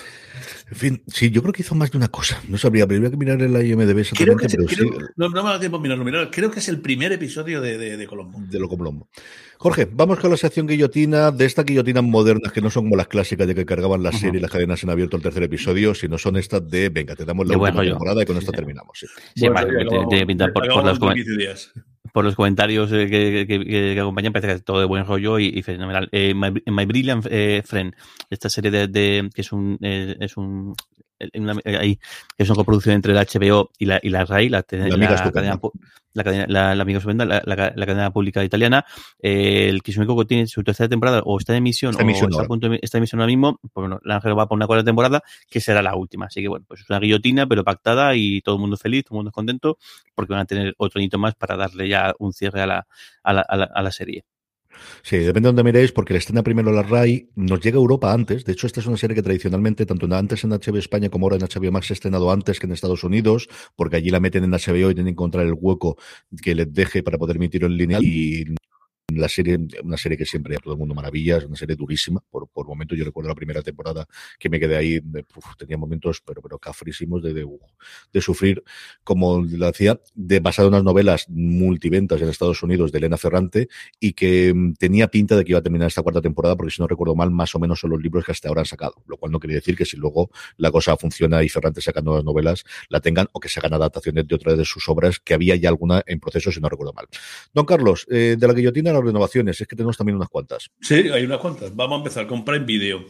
En fin, sí, yo creo que hizo más de una cosa. No sabría, pero habría que mirar el I M D B exactamente, pero creo, sí. No, no me da tiempo mirarlo, mirarlo. Creo que es el primer episodio de, de, de Colombo. De lo Colombo. Jorge, vamos con la sección guillotina, de estas guillotinas modernas que no son como las clásicas de que cargaban la serie uh-huh. y las cadenas en abierto el tercer episodio, sino son estas de, venga, te damos la de última bueno, temporada y con esto sí. terminamos. Sí, sí bueno, vale, te, te, te pintar por, por, los días. por los comentarios que, que, que, que acompañan, parece que es todo de buen rollo y, y fenomenal. Eh, My, My Brilliant eh, Friend, esta serie de, de que es un eh, es un Una, ahí, es una coproducción entre la H B O y la, y la RAI, la, la, la, cadena, la, cadena, la, la, amiga la, la, la cadena pública italiana. Eh, el Kisumiko tiene su tercera temporada, o está en emisión, está o emisión está, a punto de, está en emisión ahora mismo. Pues bueno, la Ángel va por una cuarta temporada, que será la última. Así que bueno, pues es una guillotina, pero pactada y todo el mundo feliz, todo el mundo contento, porque van a tener otro hito más para darle ya un cierre a la, a la, a la, a la serie. Sí, depende de dónde miréis, porque la estrena primero la RAI, nos llega a Europa antes. De hecho, esta es una serie que tradicionalmente, tanto antes en H B O España como ahora en H B O Max, se ha estrenado antes que en Estados Unidos, porque allí la meten en H B O y tienen que encontrar el hueco que les deje para poder emitirlo en línea. Y la serie, una serie que siempre a todo el mundo maravilla, es una serie durísima, por, por momentos. Yo recuerdo la primera temporada que me quedé ahí, uf, tenía momentos pero, pero cafrísimos de, de, de sufrir, como lo hacía, de basado en unas novelas multiventas en Estados Unidos de Elena Ferrante, y que um, tenía pinta de que iba a terminar esta cuarta temporada, porque si no recuerdo mal, más o menos son los libros que hasta ahora han sacado, lo cual no quería decir que si luego la cosa funciona y Ferrante saca nuevas novelas, la tengan, o que se hagan adaptaciones de otras de sus obras, que había ya alguna en proceso, si no recuerdo mal. Don Carlos, eh, de la guillotina las renovaciones, es que tenemos también unas cuantas. Sí, hay unas cuantas. Vamos a empezar con Prime Video.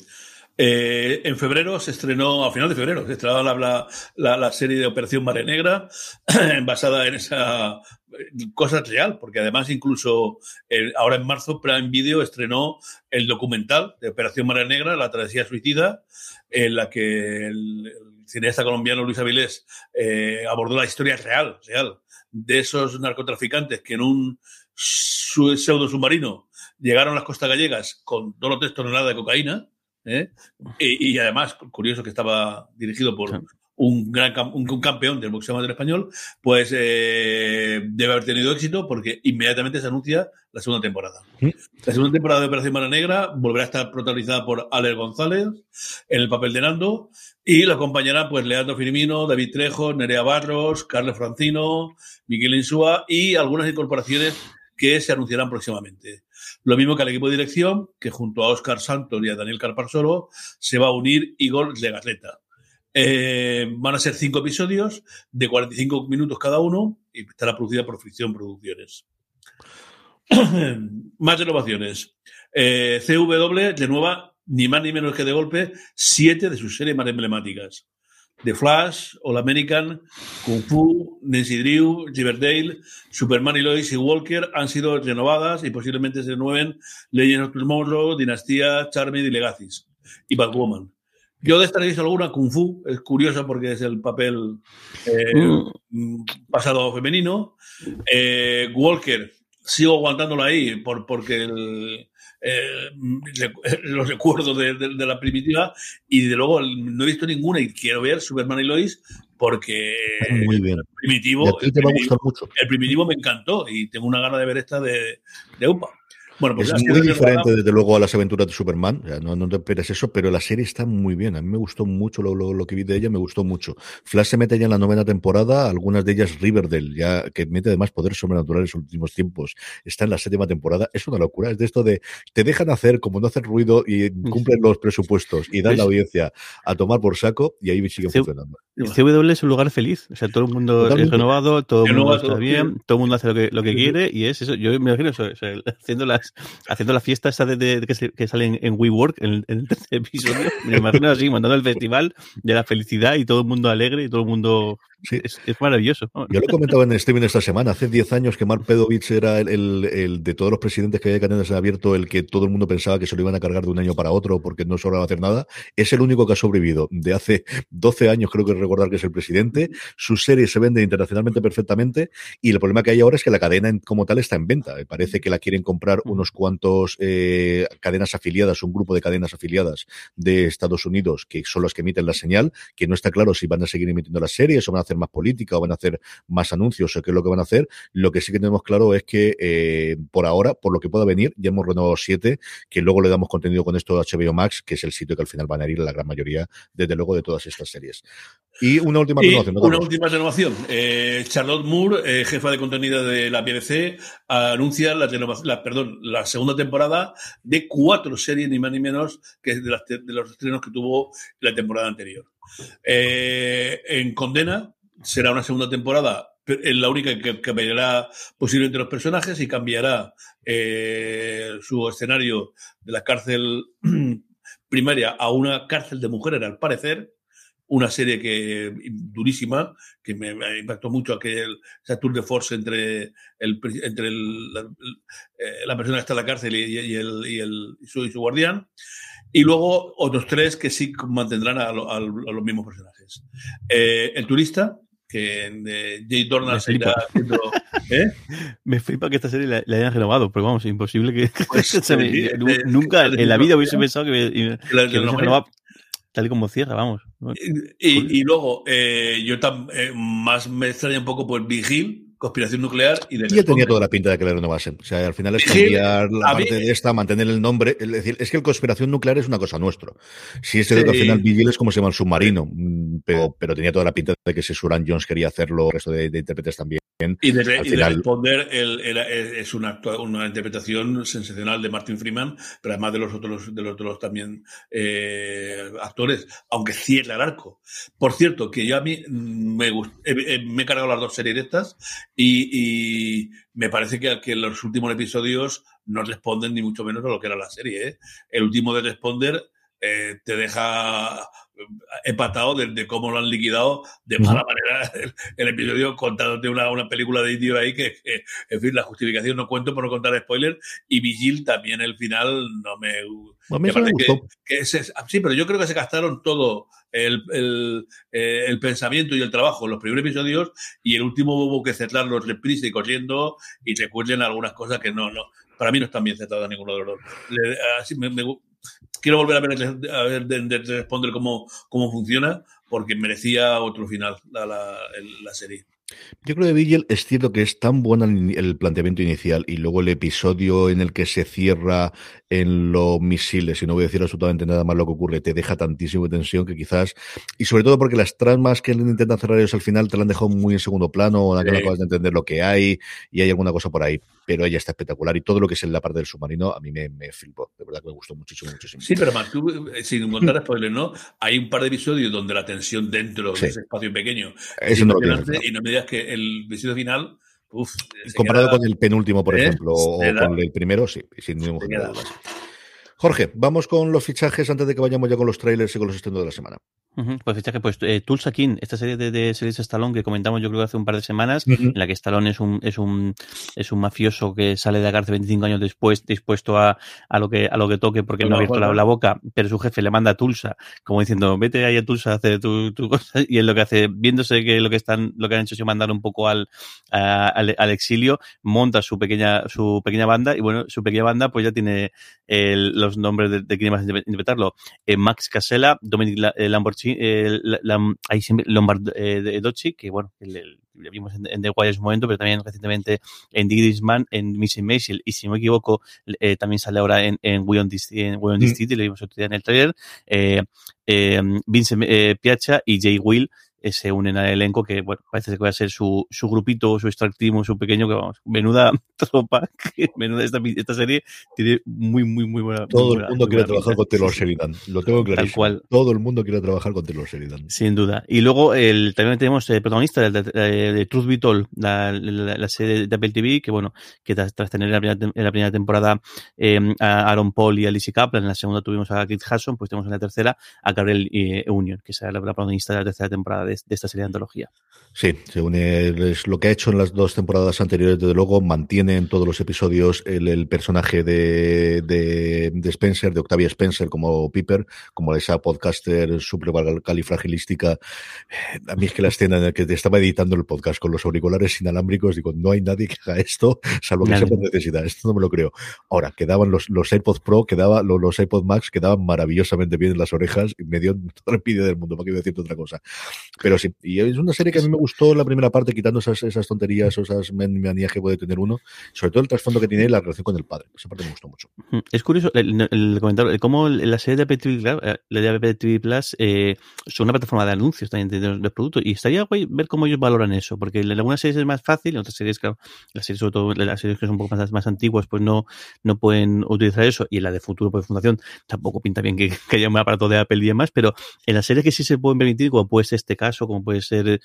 Eh, en febrero se estrenó, a final de febrero, se estrenó la, la, la, la serie de Operación Mare Negra, basada en esa cosa real, porque además incluso eh, ahora en marzo Prime Video estrenó el documental de Operación Mare Negra, la travesía suicida, en la que el, el cineasta colombiano Luis Avilés eh, abordó la historia real, real de esos narcotraficantes que en un pseudo submarino llegaron a las costas gallegas con dos o tres toneladas de cocaína, ¿eh? y, y además, curioso que estaba dirigido por un gran un, un campeón del boxeo amateur español, pues eh, debe haber tenido éxito porque inmediatamente se anuncia la segunda temporada. ¿Sí? La segunda temporada de Operación Mano Negra volverá a estar protagonizada por Alex González en el papel de Nando y lo acompañarán pues Leandro Firmino, David Trejo, Nerea Barros, Carlos Francino, Miguel Insúa y algunas incorporaciones que se anunciarán próximamente. Lo mismo que al equipo de dirección, que junto a Óscar Santos y a Daniel Carparsoro se va a unir Igor Legasleta. Eh, van a ser cinco episodios de cuarenta y cinco minutos cada uno y estará producida por Fricción Producciones. Más renovaciones. Eh, C W renueva ni más ni menos que de golpe siete de sus series más emblemáticas. The Flash, All American, Kung Fu, Nancy Drew, Riverdale, Superman y Lois y Walker han sido renovadas y posiblemente se renueven Legends of Tomorrow, Dinastía, Charmed y Legacies y Batwoman. Yo de esta he visto alguna, Kung Fu, es curioso porque es el papel eh, mm. pasado femenino. Eh, Walker, sigo aguantándolo ahí por, porque el, eh, los recuerdos de, de, de la primitiva y desde luego no he visto ninguna y quiero ver Superman y Lois porque muy bien. El primitivo, y a ti te va a gustar mucho. El primitivo me encantó y tengo una gana de ver esta de, de U P A. Bueno, pues es muy diferente, desde luego, a las aventuras de Superman. O sea, no, no te esperes eso, pero la serie está muy bien. A mí me gustó mucho lo, lo, lo que vi de ella, me gustó mucho. Flash se mete ya en la novena temporada, algunas de ellas Riverdale, ya que mete además poderes sobrenaturales en los últimos tiempos. Está en la séptima temporada. Es una locura. Es de esto de te dejan hacer como no hacen ruido y cumplen los presupuestos y dan la audiencia a tomar por saco y ahí siguen C funcionando. C W es un lugar feliz. O sea, todo el mundo Totalmente. es renovado, todo el mundo está todo bien, bien, todo el mundo hace lo que, lo que sí. quiere y es eso. Yo me imagino eso, o sea, haciendo las haciendo la fiesta esa de, de, de que, se, que sale en, en WeWork en, en el tercer episodio, me imagino así, montando el festival de la felicidad y todo el mundo alegre y todo el mundo sí. es, es maravilloso. Yo lo comentaba en el streaming esta semana, hace diez años que Mark Pedovich era el, el, el de todos los presidentes que había cadenas en abierto, el que todo el mundo pensaba que se lo iban a cargar de un año para otro porque no sobraba hacer nada, es el único que ha sobrevivido. De hace doce años creo que recordar que es el presidente, su serie se vende internacionalmente perfectamente y el problema que hay ahora es que la cadena como tal está en venta. Parece que la quieren comprar unos cuantos Eh, cadenas afiliadas, un grupo de cadenas afiliadas de Estados Unidos que son las que emiten la señal, que no está claro si van a seguir emitiendo las series o van a hacer más política o van a hacer más anuncios o qué es lo que van a hacer. Lo que sí que tenemos claro es que eh, por ahora, por lo que pueda venir, ya hemos renovado siete, que luego le damos contenido con esto a H B O Max, que es el sitio que al final van a ir la gran mayoría, desde luego, de todas estas series. Y una última y renovación. ¿no, una última renovación. Eh, Charlotte Moore, eh, jefa de contenido de la B B C, anuncia la, la, perdón, la segunda temporada de cuatro series, ni más ni menos, que de, las, de los estrenos que tuvo la temporada anterior. Eh, en Condena será una segunda temporada, es la única que cambiará posiblemente los personajes y cambiará eh, su escenario de la cárcel primaria a una cárcel de mujeres, al parecer. Una serie que durísima, que me, me impactó mucho aquel esa tour de force entre el entre el, la, la persona que está en la cárcel y, y, el, y, el, y, su, y su guardián. Y luego otros tres que sí mantendrán a, lo, a, a los mismos personajes. Eh, el turista, que eh, Jay Dornan se irá haciendo... ¿eh? Me flipa que esta serie la, la hayan renovado, pero vamos, imposible que... Pues, se me, eh, nunca eh, en la vida hubiese pensado que, me, que, que no se renovaba tal y como cierra, vamos. Y, y, y luego, eh, yo tam, eh, más me extraña un poco por Vigil, Conspiración Nuclear y de ya tenía toda la pinta de que la renovasen. O sea, al final es cambiar la parte mí, de esta, mantener el nombre. Es decir, es que el Conspiración Nuclear es una cosa nuestra. Si es sí. que al final Vigil es como se llama el submarino, pero, pero tenía toda la pinta de que si Suran Jones quería hacerlo, el resto de, de intérpretes también. Y de, y final... de responder el, el, el, es una, una interpretación sensacional de Martin Freeman, pero además de los otros, de los otros también eh, actores, aunque cierra el arco. Por cierto, que yo a mí me, me, me he cargado las dos series de estas y, y me parece que, que los últimos episodios no responden ni mucho menos a lo que era la serie. ¿eh? El último de Responder eh, te deja empatado de, de cómo lo han liquidado de mala uh-huh. manera el, el episodio, contándote una, una película de indio ahí que, que, en fin, la justificación no cuento por no contar spoiler, y Vigil también el final no me... A mí me, me gustó. Que, que se, sí, pero yo creo que se gastaron todo el, el, eh, el pensamiento y el trabajo en los primeros episodios, y el último hubo que cerrarlos deprisa y corriendo, y recuerden algunas cosas que no, no, para mí no están bien cerradas ninguno de los dos. Le, así me, me, quiero volver a ver, a ver de, de, de responder cómo, cómo funciona, porque merecía otro final la, la, la serie. Yo creo que Vigil es cierto que es tan buena el planteamiento inicial y luego el episodio en el que se cierra en los misiles, y no voy a decir absolutamente nada más lo que ocurre, te deja tantísima tensión que quizás, y sobre todo porque las tramas que intentan cerrar ellos al final te la han dejado muy en segundo plano, o sí. No acabas de entender lo que hay y hay alguna cosa por ahí, pero ella está espectacular, y todo lo que es en la parte del submarino a mí me, me flipó, de verdad que me gustó muchísimo, muchísimo. Sí, pero más, tú, sin contar spoilers, ¿no? Hay un par de episodios donde la tensión dentro sí. de ese espacio pequeño es no y no me digas que el episodio final, uf, comparado queda, con el penúltimo, por ¿eh? ejemplo, o con el primero, sí, sin ningún duda. Jorge, vamos con los fichajes antes de que vayamos ya con los trailers y con los estrenos de la semana. Uh-huh. Pues fichaje, pues eh, Tulsa King, esta serie de, de series de Stallone que comentamos yo creo que hace un par de semanas, uh-huh. en la que Stallone es un es un es un mafioso que sale de la cárcel veinticinco años después, dispuesto a, a lo que a lo que toque porque no, no ha abierto la, la boca, pero su jefe le manda a Tulsa, como diciendo, vete ahí a Tulsa a hacer tu, tu cosa, y él lo que hace, viéndose que lo que están, lo que han hecho es mandar un poco al, a, al, al exilio, monta su pequeña, su pequeña banda, y bueno, su pequeña banda pues ya tiene el, los nombres de, de quien más interpretarlo, eh, Max Casella, Dominic Lamborghini, Eh, la, la, ahí siempre Lombard eh, Docci, que bueno, le, le vimos en, en The Wire en su momento, pero también recientemente en The Irishman, en Missing Maisel, y si no me equivoco, eh, también sale ahora en, en We on This, en We on This mm. City, le vimos otro día en el trailer, eh, eh, Vincent eh, Piazza y Jay Will eh, se unen al elenco, que bueno, parece que va a ser su, su grupito, su extractivo, su pequeño, que vamos, menuda tropa, que menuda esta, esta serie tiene muy, muy, muy buena. Todo muy el mundo buena, quiere trabajar pinta. Con Taylor Sheridan, lo tengo clarísimo. Tal cual. Todo el mundo quiere trabajar con Taylor Sheridan. Sin duda. Y luego el, también tenemos el protagonista de, de, de Truth Be Told, la, la, la serie de Apple T V, que bueno, que tras, tras tener en la primera, en la primera temporada eh, a Aaron Paul y a Lizzie Kaplan, en la segunda tuvimos a Kit Hudson, pues tenemos en la tercera a Gabrielle eh, Union, que será la, la protagonista de la tercera temporada de, de esta serie de antología. Sí, se une, es lo que ha hecho en las dos temporadas anteriores, desde luego, mantiene en todos los episodios el, el personaje de, de, de Spencer, de Octavia Spencer como Piper, como esa podcaster súper califragilística. A mí es que la escena en la que te estaba editando el podcast con los auriculares inalámbricos, digo, no hay nadie que haga esto, salvo que sepa necesidad, esto no me lo creo. Ahora, quedaban los, los AirPods Pro, quedaba, los, los AirPods Max quedaban maravillosamente bien en las orejas, y me dio todo el envidia del mundo, para que iba a decirte otra cosa. Pero sí, y es una serie que a mí me gustó la primera parte, quitando esas, esas tonterías o esas manías que puede tener uno, sobre todo el trasfondo que tiene y la relación con el padre. Esa parte me gustó mucho. Es curioso el, el comentario, cómo la serie de Apple T V, la de Apple T V Plus, eh, son una plataforma de anuncios también de, de, de productos, y estaría guay ver cómo ellos valoran eso, porque en algunas series es más fácil, en otras series, claro, las series, sobre todo las series que son un poco más, más antiguas, pues no, no pueden utilizar eso, y en la de futuro, pues Fundación, tampoco pinta bien que, que haya un aparato de Apple y demás, pero en las series que sí se pueden permitir, como puede ser este caso, como puede ser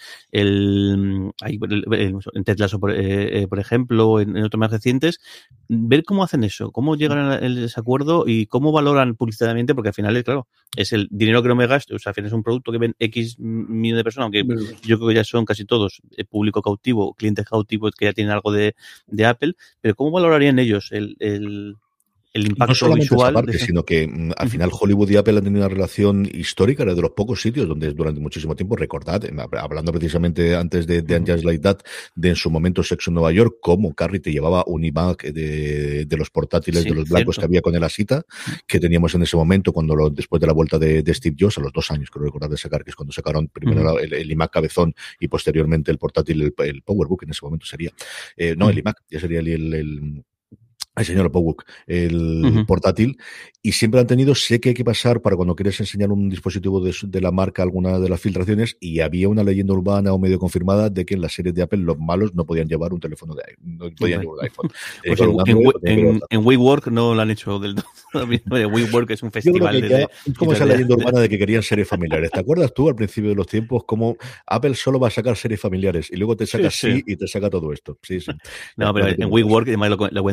el, el, el, el en Ted Lasso, por, eh, por ejemplo, en, en otros más recientes, ver cómo hacen eso, cómo llegan a ese acuerdo y cómo valoran publicitariamente, porque al final, claro, es el dinero que no me gasto, o sea, al final es un producto que ven X millones de personas, aunque bueno, yo creo que ya son casi todos el público cautivo, clientes cautivos que ya tienen algo de, de Apple, pero ¿cómo valorarían ellos el, el el impacto no solamente visual esa parte, de... sino que mm, al final Hollywood y Apple han tenido una relación histórica, era de los pocos sitios donde durante muchísimo tiempo, recordad, hablando precisamente antes de, de Angels Like That, de en su momento Sexo en Nueva York, cómo Carrie te llevaba un iMac de, de los portátiles, sí, de los blancos cierto. Que había con el Asita, que teníamos en ese momento, cuando lo, después de la vuelta de, de Steve Jobs, a los dos años, creo recordar de sacar, que es cuando sacaron primero uh-huh. el, el iMac cabezón y posteriormente el portátil, el, el PowerBook, en ese momento sería, eh, no, uh-huh. el iMac, ya sería el, el, el el señor PowerBook, el uh-huh. portátil, y siempre han tenido, sé que hay que pasar para cuando quieres enseñar un dispositivo de, de la marca alguna de las filtraciones, y había una leyenda urbana o medio confirmada de que en las series de Apple los malos no podían llevar un teléfono de iPhone, no podían llevar un iPhone. Pues en, en, en, en WeWork no lo han hecho del todo. WeWork es un festival de... Es como esa leyenda urbana de que querían series familiares. ¿Te acuerdas tú al principio de los tiempos cómo Apple solo va a sacar series familiares y luego te saca sí, sí. sí y te saca todo esto? Sí, sí. No, pero en WeWork, además lo, lo cuenta aquí Juan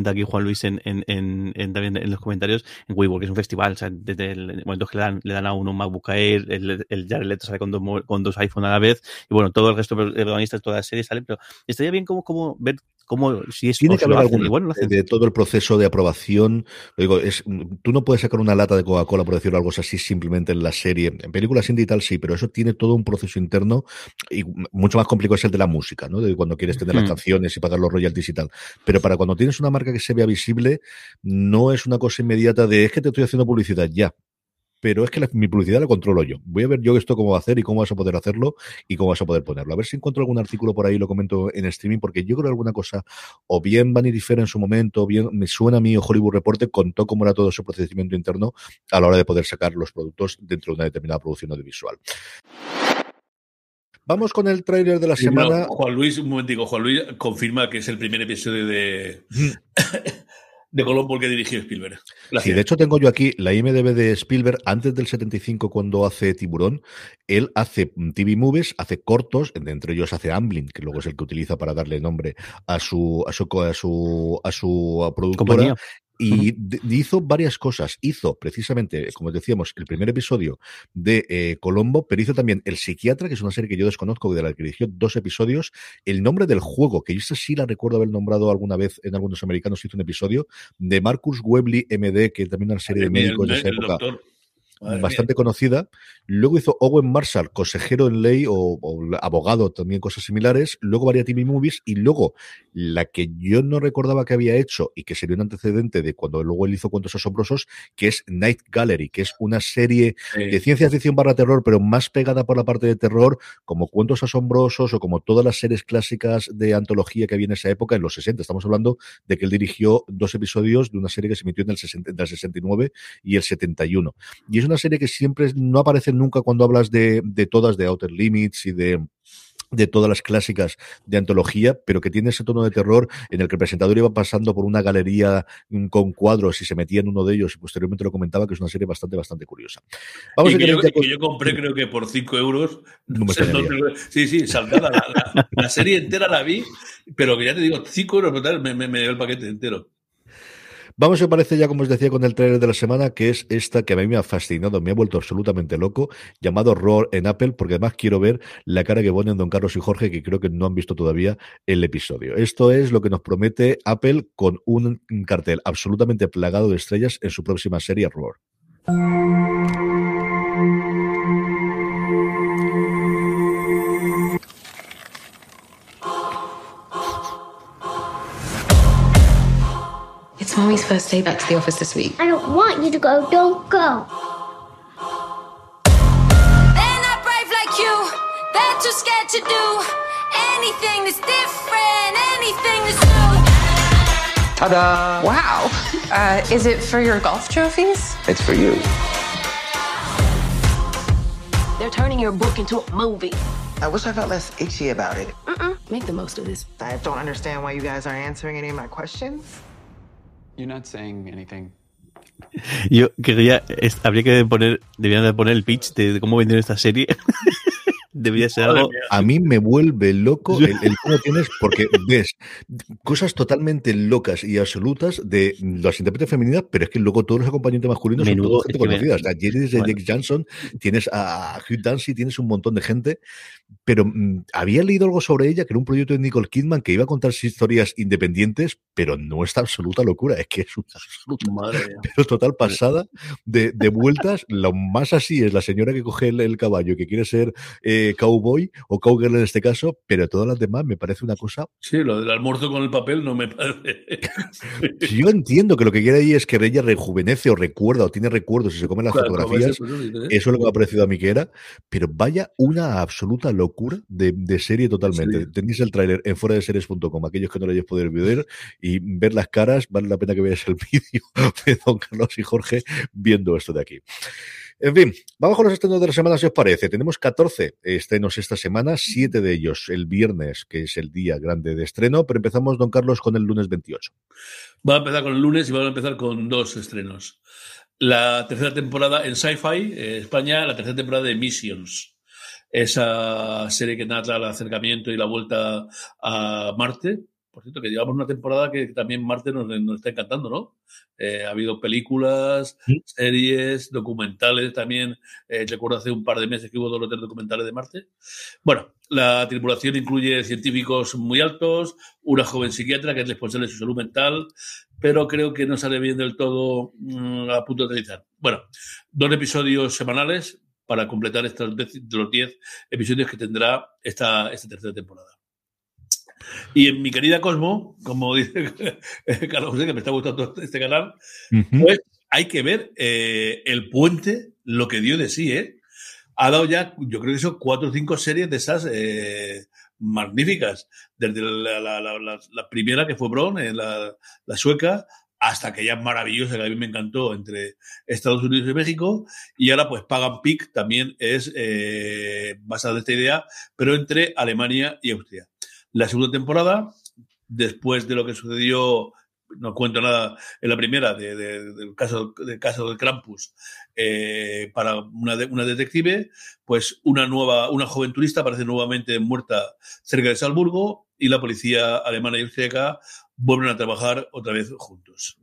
Luis en, en, en, en también en los comentarios, en WeWork, que es un festival, o sea, desde el momento que le dan, le dan a uno un MacBook Air, el, el Jared Leto sale con dos, con dos iPhone a la vez, y bueno, todo el resto de protagonistas de toda la serie salen, pero estaría bien como, como ver cómo, si es tiene que haber algún igual, de todo el proceso de aprobación. Digo, es, tú no puedes sacar una lata de Coca-Cola, por decirlo algo así, simplemente en la serie. En películas indie y tal sí, pero eso tiene todo un proceso interno y mucho más complicado es el de la música, ¿no? De cuando quieres tener hmm. las canciones y pagar los royalties y tal. Pero para cuando tienes una marca que se vea visible, no es una cosa inmediata de es que te estoy haciendo publicidad ya. Pero es que la, mi publicidad la controlo yo. Voy a ver yo esto cómo va a hacer y cómo vas a poder hacerlo y cómo vas a poder ponerlo. A ver si encuentro algún artículo por ahí y lo comento en streaming, porque yo creo que alguna cosa, o bien Vanity Fair en su momento, o bien me suena a mí o Hollywood Reporter contó cómo era todo ese procedimiento interno a la hora de poder sacar los productos dentro de una determinada producción audiovisual. Vamos con el tráiler de la sí, semana. No, Juan Luis, un momentico, Juan Luis confirma que es el primer episodio de... de Colombo el que dirigió Spielberg. Gracias. Sí, de hecho tengo yo aquí la I M D B de Spielberg antes del setenta y cinco cuando hace Tiburón. Él hace T V movies, hace cortos, entre ellos hace Amblin, que luego es el que utiliza para darle nombre a su a su a su, a su productora. Compañía. Y de, de hizo varias cosas. Hizo, precisamente, como decíamos, el primer episodio de eh, Colombo, pero hizo también El Psiquiatra, que es una serie que yo desconozco, de la que dirigió dos episodios. El Nombre del Juego, que yo sí la recuerdo haber nombrado alguna vez en algunos americanos, hizo un episodio de Marcus Webley, M D, que también una serie de médicos el, de esa época. Doctor. Madre bastante mía. Conocida. Luego hizo Owen Marshall, consejero en ley o, o abogado, también cosas similares. Luego varias T V movies y luego la que yo no recordaba que había hecho y que sería un antecedente de cuando luego él hizo Cuentos Asombrosos, que es Night Gallery, que es una serie sí. de ciencia ficción barra terror, pero más pegada por la parte de terror, como Cuentos Asombrosos o como todas las series clásicas de antología que había en esa época, en los sesenta. Estamos hablando de que él dirigió dos episodios de una serie que se emitió en el, sesenta, entre el sesenta y nueve y el setenta y uno. Y es una serie que siempre no aparece nunca cuando hablas de, de todas, de Outer Limits y de de todas las clásicas de antología, pero que tiene ese tono de terror en el que el presentador iba pasando por una galería con cuadros y se metía en uno de ellos y posteriormente lo comentaba, que es una serie bastante, bastante curiosa. Vamos y a que, yo, que yo compré creo que por cinco euros. No me sí, sí, saltada. La, la, la serie entera la vi, pero que ya te digo, cinco euros me, me, me dio el paquete entero. Vamos, me parece ya, como os decía, con el trailer de la semana, que es esta que a mí me ha fascinado, me ha vuelto absolutamente loco, llamado Roar en Apple, porque además quiero ver la cara que ponen Don Carlos y Jorge, que creo que no han visto todavía el episodio. Esto es lo que nos promete Apple con un cartel absolutamente plagado de estrellas en su próxima serie Roar. It's Mommy's first day back to the office this week. I don't want you to go. Don't go. They're not brave like you. They're too scared to do anything that's different, anything that's new. Ta-da! Wow. Uh, is it for your golf trophies? It's for you. They're turning your book into a movie. I wish I felt less itchy about it. Mm-mm. Make the most of this. I don't understand why you guys aren't answering any of my questions. You're not saying anything. Yo quería, es, habría que poner, deberían de poner el pitch de, de cómo vender esta serie. Debería ser algo. A mí me vuelve loco el, el cómo tienes, porque ves cosas totalmente locas y absolutas de las intérpretes femeninas, pero es que luego todos los acompañantes masculinos Menudo, son todos gente conocida. O sea, Jerry de bueno. Jake Johnson, tienes a Hugh Dancy, tienes un montón de gente. Pero mmm, había leído algo sobre ella, que era un proyecto de Nicole Kidman que iba a contar historias independientes, pero no esta absoluta locura, es que es una absoluta, madre pero total pasada de, de vueltas. Lo más así es la señora que coge el, el caballo, que quiere ser eh, cowboy o cowgirl en este caso, pero todas las demás me parece una cosa. Sí, lo del almuerzo con el papel no me parece. Yo entiendo que lo que quiere ahí es que ella rejuvenece o recuerda o tiene recuerdos y se come las claro, fotografías. Eso, eso es lo que me ha parecido a mí que era, pero vaya una absoluta locura de, de serie totalmente. Sí. Tenéis el tráiler en fuera de series punto com, aquellos que no lo hayáis podido ver y ver las caras, vale la pena que veáis el vídeo de Don Carlos y Jorge viendo esto de aquí. En fin, vamos con los estrenos de la semana, si os parece. Tenemos catorce estrenos esta semana, siete de ellos el viernes, que es el día grande de estreno, pero empezamos, Don Carlos, con el lunes veintiocho. Vamos a empezar con el lunes y vamos a empezar con dos estrenos. La tercera temporada en Sci-Fi, eh, España, la tercera temporada de Missions. Esa serie que narra el acercamiento y la vuelta a Marte por cierto, que llevamos una temporada que también Marte nos, nos está encantando, ¿no? Eh, ha habido películas, ¿sí? series, documentales también. Eh, recuerdo hace un par de meses que hubo dos o tres documentales de Marte. Bueno, la tripulación incluye científicos muy altos, una joven psiquiatra que es responsable de su salud mental, pero creo que no sale bien del todo mmm, a punto de aterrizar. Bueno, dos episodios semanales para completar estos de los diez episodios que tendrá esta, esta tercera temporada. Y en mi querida Cosmo, como dice Carlos José, que me está gustando este canal, uh-huh. pues hay que ver eh, El Puente, lo que dio de sí, ¿eh? Ha dado ya, yo creo que son cuatro o cinco series de esas eh, magníficas. Desde la, la, la, la, la primera, que fue Bron, eh, la, la sueca, hasta aquella maravillosa que a mí me encantó entre Estados Unidos y México. Y ahora, pues, Pagan Peak también es eh, basada en esta idea, pero entre Alemania y Austria. La segunda temporada, después de lo que sucedió, no cuento nada en la primera, de, de, del caso, del caso de Krampus, eh, para una, de, una detective, pues una nueva, una joven turista aparece nuevamente muerta cerca de Salzburgo y la policía alemana y austríaca vuelven a trabajar otra vez juntos.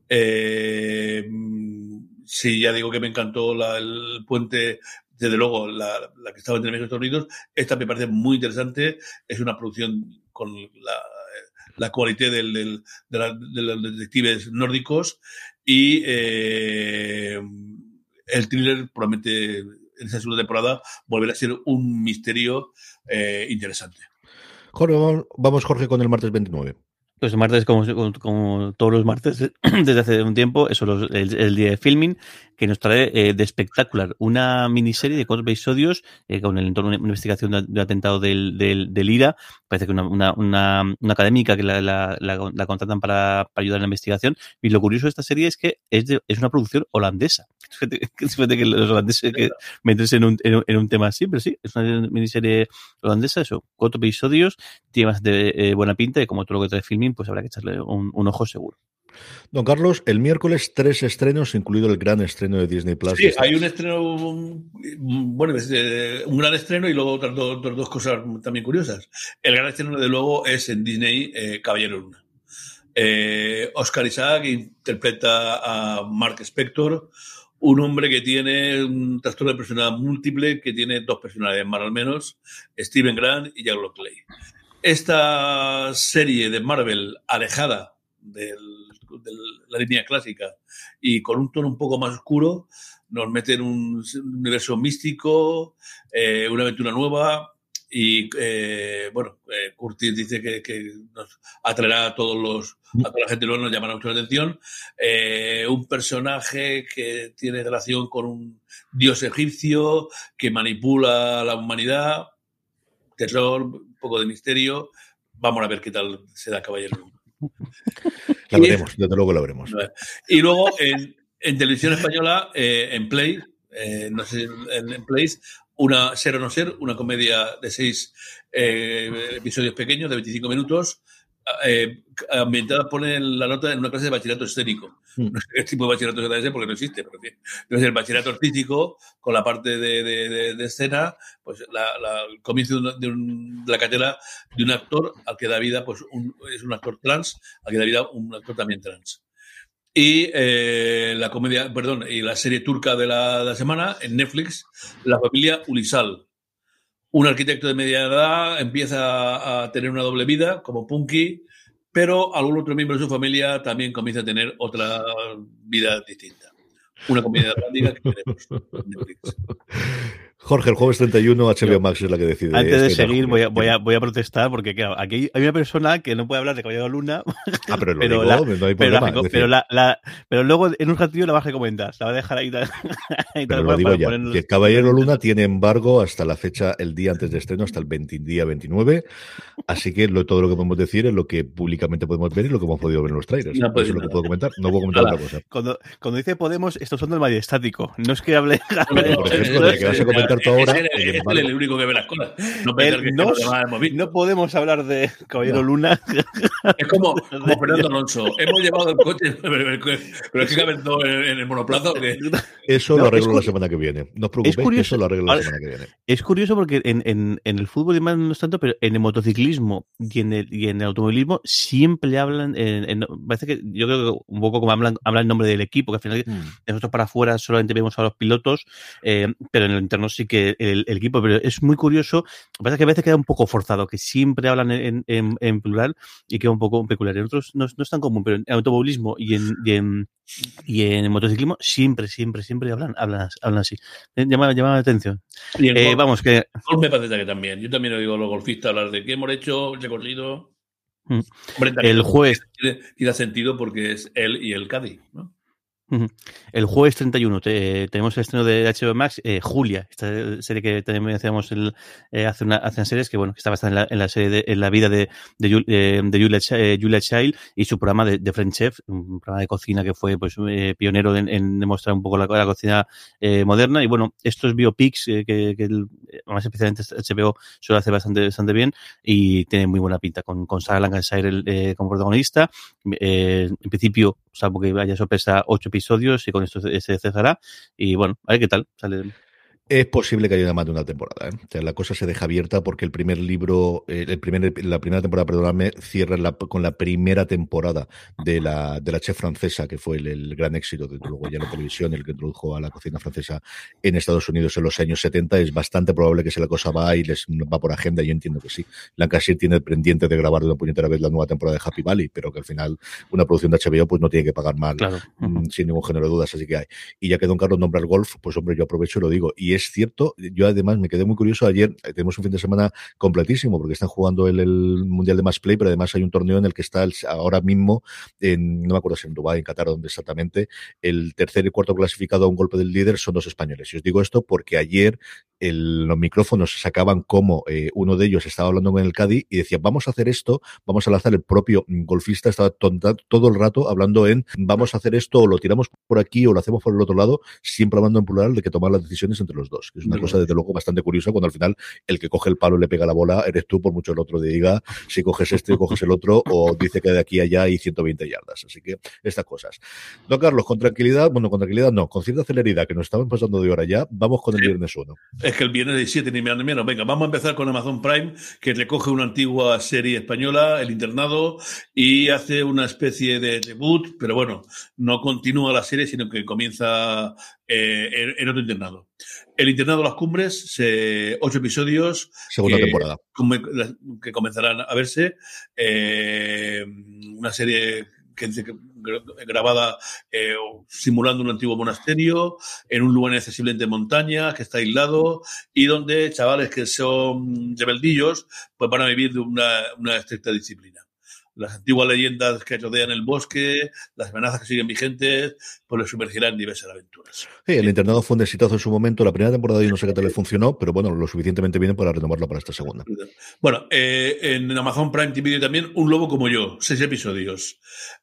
Eh, sí, ya digo que me encantó la, el puente. Desde luego, la, la que estaba entre México y Estados Unidos, esta me parece muy interesante. Es una producción con la, la cualidad del, del, de, la, de los detectives nórdicos y eh, el thriller promete en esa segunda temporada volver a ser un misterio eh, interesante. Jorge, vamos, Jorge, con el martes veintinueve. Pues martes, como, como, como todos los martes desde hace un tiempo, eso es el, el día de filming, que nos trae eh, The Spectacular, una miniserie de cuatro episodios eh, con el entorno de una investigación de, de atentado del, del, del IRA. Parece que una, una, una, una académica que la, la, la, la contratan para, para ayudar en la investigación. Y lo curioso de esta serie es que es, de, es una producción holandesa. Fíjate, fíjate que los holandeses que meterse en un, en, un, en un tema así, pero sí, es una miniserie holandesa, eso, cuatro episodios, tiene más de eh, buena pinta y como todo lo que trae filming, pues habrá que echarle un, un ojo seguro. Don Carlos, el miércoles tres estrenos, incluido el gran estreno de Disney Plus. Sí, hay un estreno, bueno, un gran estreno y luego otras dos, otras dos cosas también curiosas. El gran estreno, de luego, es en Disney, eh, Caballero Luna. Eh, Oscar Isaac interpreta a Mark Spector, un hombre que tiene un trastorno de personalidad múltiple, que tiene dos personalidades más al menos, Steven Grant y Jack Lockley. Esta serie de Marvel, alejada del, de la línea clásica y con un tono un poco más oscuro, nos mete en un universo místico, eh, una aventura nueva y, eh, bueno, eh, Curtis dice que, que nos atraerá a todos los, a toda la gente, luego nos llamará mucho la atención. Eh, un personaje que tiene relación con un dios egipcio que manipula a la humanidad, terror, un poco de misterio. Vamos a ver qué tal se da Caballero. La veremos, desde luego la veremos. Y luego en, en televisión española, eh, en Play, eh, no sé, en, en Play, una Ser o no ser, una comedia de seis eh, episodios pequeños de veinticinco minutos, eh, ambientada, pone la nota en una clase de bachillerato escénico. Mm. No sé qué tipo de bachillerato se ese porque no existe, pero bien. Entonces, el bachillerato artístico, con la parte de, de, de, de escena, pues la, la, el comienzo de, un, de, un, de la carrera de un actor al que da vida, pues un, es un actor trans, al que da vida un actor también trans. Y eh, la comedia, perdón, y la serie turca de la, de la semana en Netflix, La familia Ulisal. Un arquitecto de media edad empieza a tener una doble vida, como Punky, pero algún otro miembro de su familia también comienza a tener otra vida distinta. Una comedia dramática que tenemos en Netflix. Jorge, el jueves treinta y uno, H B O Max es la que decide. Antes de seguir, voy a, voy, a, voy a protestar porque, claro, aquí hay una persona que no puede hablar de Caballero Luna. Ah, pero lo pero digo, la, no hay problema. Pero, la, pero, la, la, pero luego en un ratillo la vas a recomendar. La va a dejar ahí. ahí pero lo digo ya, ponernos... que Caballero Luna tiene embargo hasta la fecha, el día antes de estreno, hasta el veinte, día veintinueve. Así que lo, todo lo que podemos decir es lo que públicamente podemos ver y lo que hemos podido ver en los trailers. No, pues, Eso es lo que puedo comentar. No puedo comentar otra cosa. Cuando, cuando dice Podemos, esto son del majestático. No es que hable... No, no, por ejemplo, de que vas a comentar contar tú ahora. Es, es, es el único que ve las cosas. No, el, que no, no podemos hablar de Caballero no. Luna. Es como, como Fernando Alonso. Hemos llevado el coche, pero es que caben todo en, en el monoplaza. ¿O qué? Eso no, lo arreglo la semana que viene. No os preocupéis, es curioso, que eso lo arreglo la semana que viene. Es curioso porque en, en, en el fútbol y más no es tanto, pero en el motociclismo y en el, y en el automovilismo siempre hablan. En, en, parece que yo creo que un poco como hablan, hablan el nombre del equipo, que al final mm. nosotros para afuera solamente vemos a los pilotos, eh, pero en el interno sí que el, el equipo. Pero es muy curioso. Lo que pasa es que a veces queda un poco forzado, que siempre hablan en, en, en plural y queda un poco peculiar. En otros no, no es tan común, pero en automovilismo y en, y en y en el motociclismo siempre, siempre, siempre hablan, hablan, hablan así. Llama, llama la atención. Y el eh, golf, vamos, que... El golf me parece que también. Yo también le digo a los golfistas hablar de qué hemos hecho, recorrido. Mm. El jueves. Tiene, tiene sentido porque es él y el Cádiz, ¿no? El jueves treinta y uno te, tenemos el estreno de H B O Max, eh, Julia, esta serie que también hacíamos el, eh, hace, una, hace unas series que bueno, que está basada en la, en la serie de, en la vida de, de, de, de Julia, eh, Julia Child y su programa de, de French Chef, un programa de cocina que fue pues eh, pionero en, en demostrar un poco la, la cocina eh, moderna. Y bueno, estos biopics eh, que, que el, más especialmente H B O suele hacer bastante, bastante bien y tiene muy buena pinta con, con Sarah Lancashire eh, como protagonista. Eh, en principio, salvo que haya sorpresa, ocho episodios y con esto se cesará. Y bueno, a ver qué tal sale. Es posible que haya más de una temporada, ¿eh? O sea, la cosa se deja abierta porque el primer libro, eh, el primer, la primera temporada, perdóname, cierra la, con la primera temporada de la, de la chef francesa, que fue el, el gran éxito, desde luego ya en la televisión, el que introdujo a la cocina francesa en Estados Unidos en los años setenta. Es bastante probable que si la cosa va y les va por agenda, yo entiendo que sí. Lancashire tiene pendiente de grabar de una puñetera vez la nueva temporada de Happy Valley, pero que al final una producción de H B O pues no tiene que pagar mal, claro. mm, sin ningún género de dudas, así que hay. Y ya que Don Carlos nombra el golf, pues hombre, yo aprovecho y lo digo. Y es cierto, yo además me quedé muy curioso ayer, tenemos un fin de semana completísimo porque están jugando el, el Mundial de Match Play, pero además hay un torneo en el que está el, ahora mismo, en, no me acuerdo si en Dubái, en Qatar, donde exactamente, el tercer y cuarto clasificado a un golpe del líder son dos españoles. Y os digo esto porque ayer el, los micrófonos sacaban como eh, uno de ellos estaba hablando con el Cádiz y decía, vamos a hacer esto, vamos a lanzar, el propio golfista estaba tonta, todo el rato hablando en, vamos a hacer esto, o lo tiramos por aquí o lo hacemos por el otro lado, siempre hablando en plural de que tomar las decisiones entre los dos, que es una cosa desde luego bastante curiosa cuando al final el que coge el palo y le pega la bola eres tú, por mucho el otro diga si coges este o coges el otro, o dice que de aquí a allá hay ciento veinte yardas, así que estas cosas. Don Carlos, con tranquilidad, bueno, con tranquilidad no, con cierta celeridad, que nos estaban pasando de hora ya, vamos con el sí. viernes uno. Es que el viernes de siete ni menos, menos. Venga, vamos a empezar con Amazon Prime, que recoge una antigua serie española, El Internado, y hace una especie de debut, pero bueno, no continúa la serie, sino que comienza eh, en, en otro internado. El Internado Las Cumbres, se, ocho episodios. Segunda que, temporada. Que comenzarán a verse. Eh, una serie que, que grabada eh, simulando un antiguo monasterio en un lugar inaccesible de montaña que está aislado y donde chavales que son rebeldillos pues van a vivir de una, una estricta disciplina. Las antiguas leyendas que rodean el bosque, las amenazas que siguen vigentes, pues les sumergirán en diversas aventuras. Sí, el internado fue un exitazo en su momento. La primera temporada yo no sé qué tal le funcionó, pero bueno, lo suficientemente bien para renovarlo para esta segunda. Bueno, eh, en Amazon Prime Video también, Un lobo como yo, seis episodios.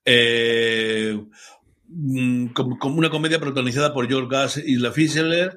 Eh, como, como una comedia protagonizada por George Gas y Isla Fisher.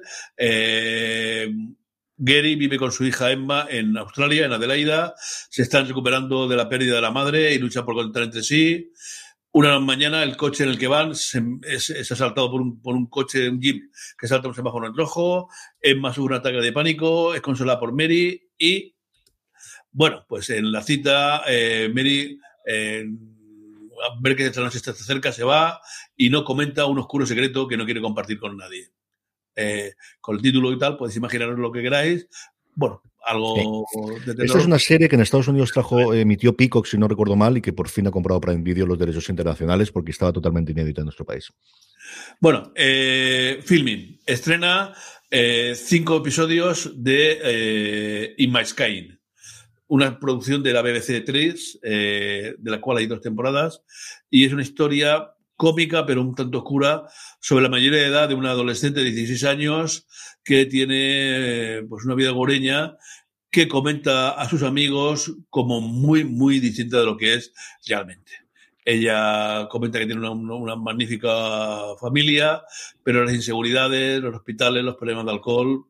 Eh, Gary vive con su hija Emma en Australia, en Adelaida. Se están recuperando de la pérdida de la madre y luchan por contar entre sí. Una mañana el coche en el que van se, es, es asaltado por un, por un coche, un jeep que salta un semáforo en rojo. Emma sufre un ataque de pánico, es consolada por Mary y, bueno, pues en la cita eh, Mary eh, a ver que esta noche está cerca se va y no comenta un oscuro secreto que no quiere compartir con nadie. Eh, con el título y tal, podéis imaginaros lo que queráis. Bueno, algo sí. de terror. Esta es una serie que en Estados Unidos trajo, emitió Peacock, si no recuerdo mal, y que por fin ha comprado Prime Video los derechos internacionales porque estaba totalmente inédita en nuestro país. Bueno, eh, Filming estrena eh, cinco episodios de eh, In My Sky, una producción de la B B C tres, eh, de la cual hay dos temporadas, y es una historia cómica, pero un tanto oscura, sobre la mayoría de edad de una adolescente de dieciséis años que tiene pues una vida goreña, que comenta a sus amigos como muy, muy distinta de lo que es realmente. Ella comenta que tiene una, una magnífica familia, pero las inseguridades, los hospitales, los problemas de alcohol,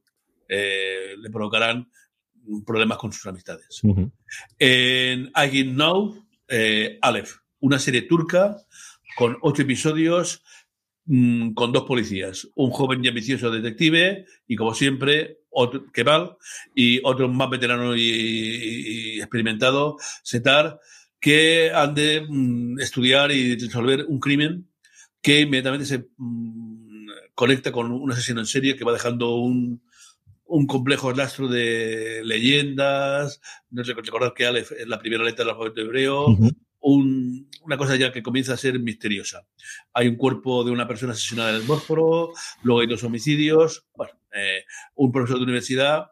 eh, le provocarán problemas con sus amistades. Uh-huh. En I Didn't Know, eh, Aleph, una serie turca con ocho episodios, mmm, con dos policías, un joven y ambicioso detective y, como siempre, otro, Kemal, y otro más veterano y, y, y experimentado, Setar, que han de mmm, estudiar y resolver un crimen que inmediatamente se mmm, conecta con un asesino en serie que va dejando un un complejo rastro de leyendas. No sé, recordad que Aleph es la primera letra del alfabeto hebreo. Uh-huh. Un, una cosa ya que comienza a ser misteriosa. Hay un cuerpo de una persona asesinada en el Bósforo, luego hay dos homicidios, bueno, eh, un profesor de universidad,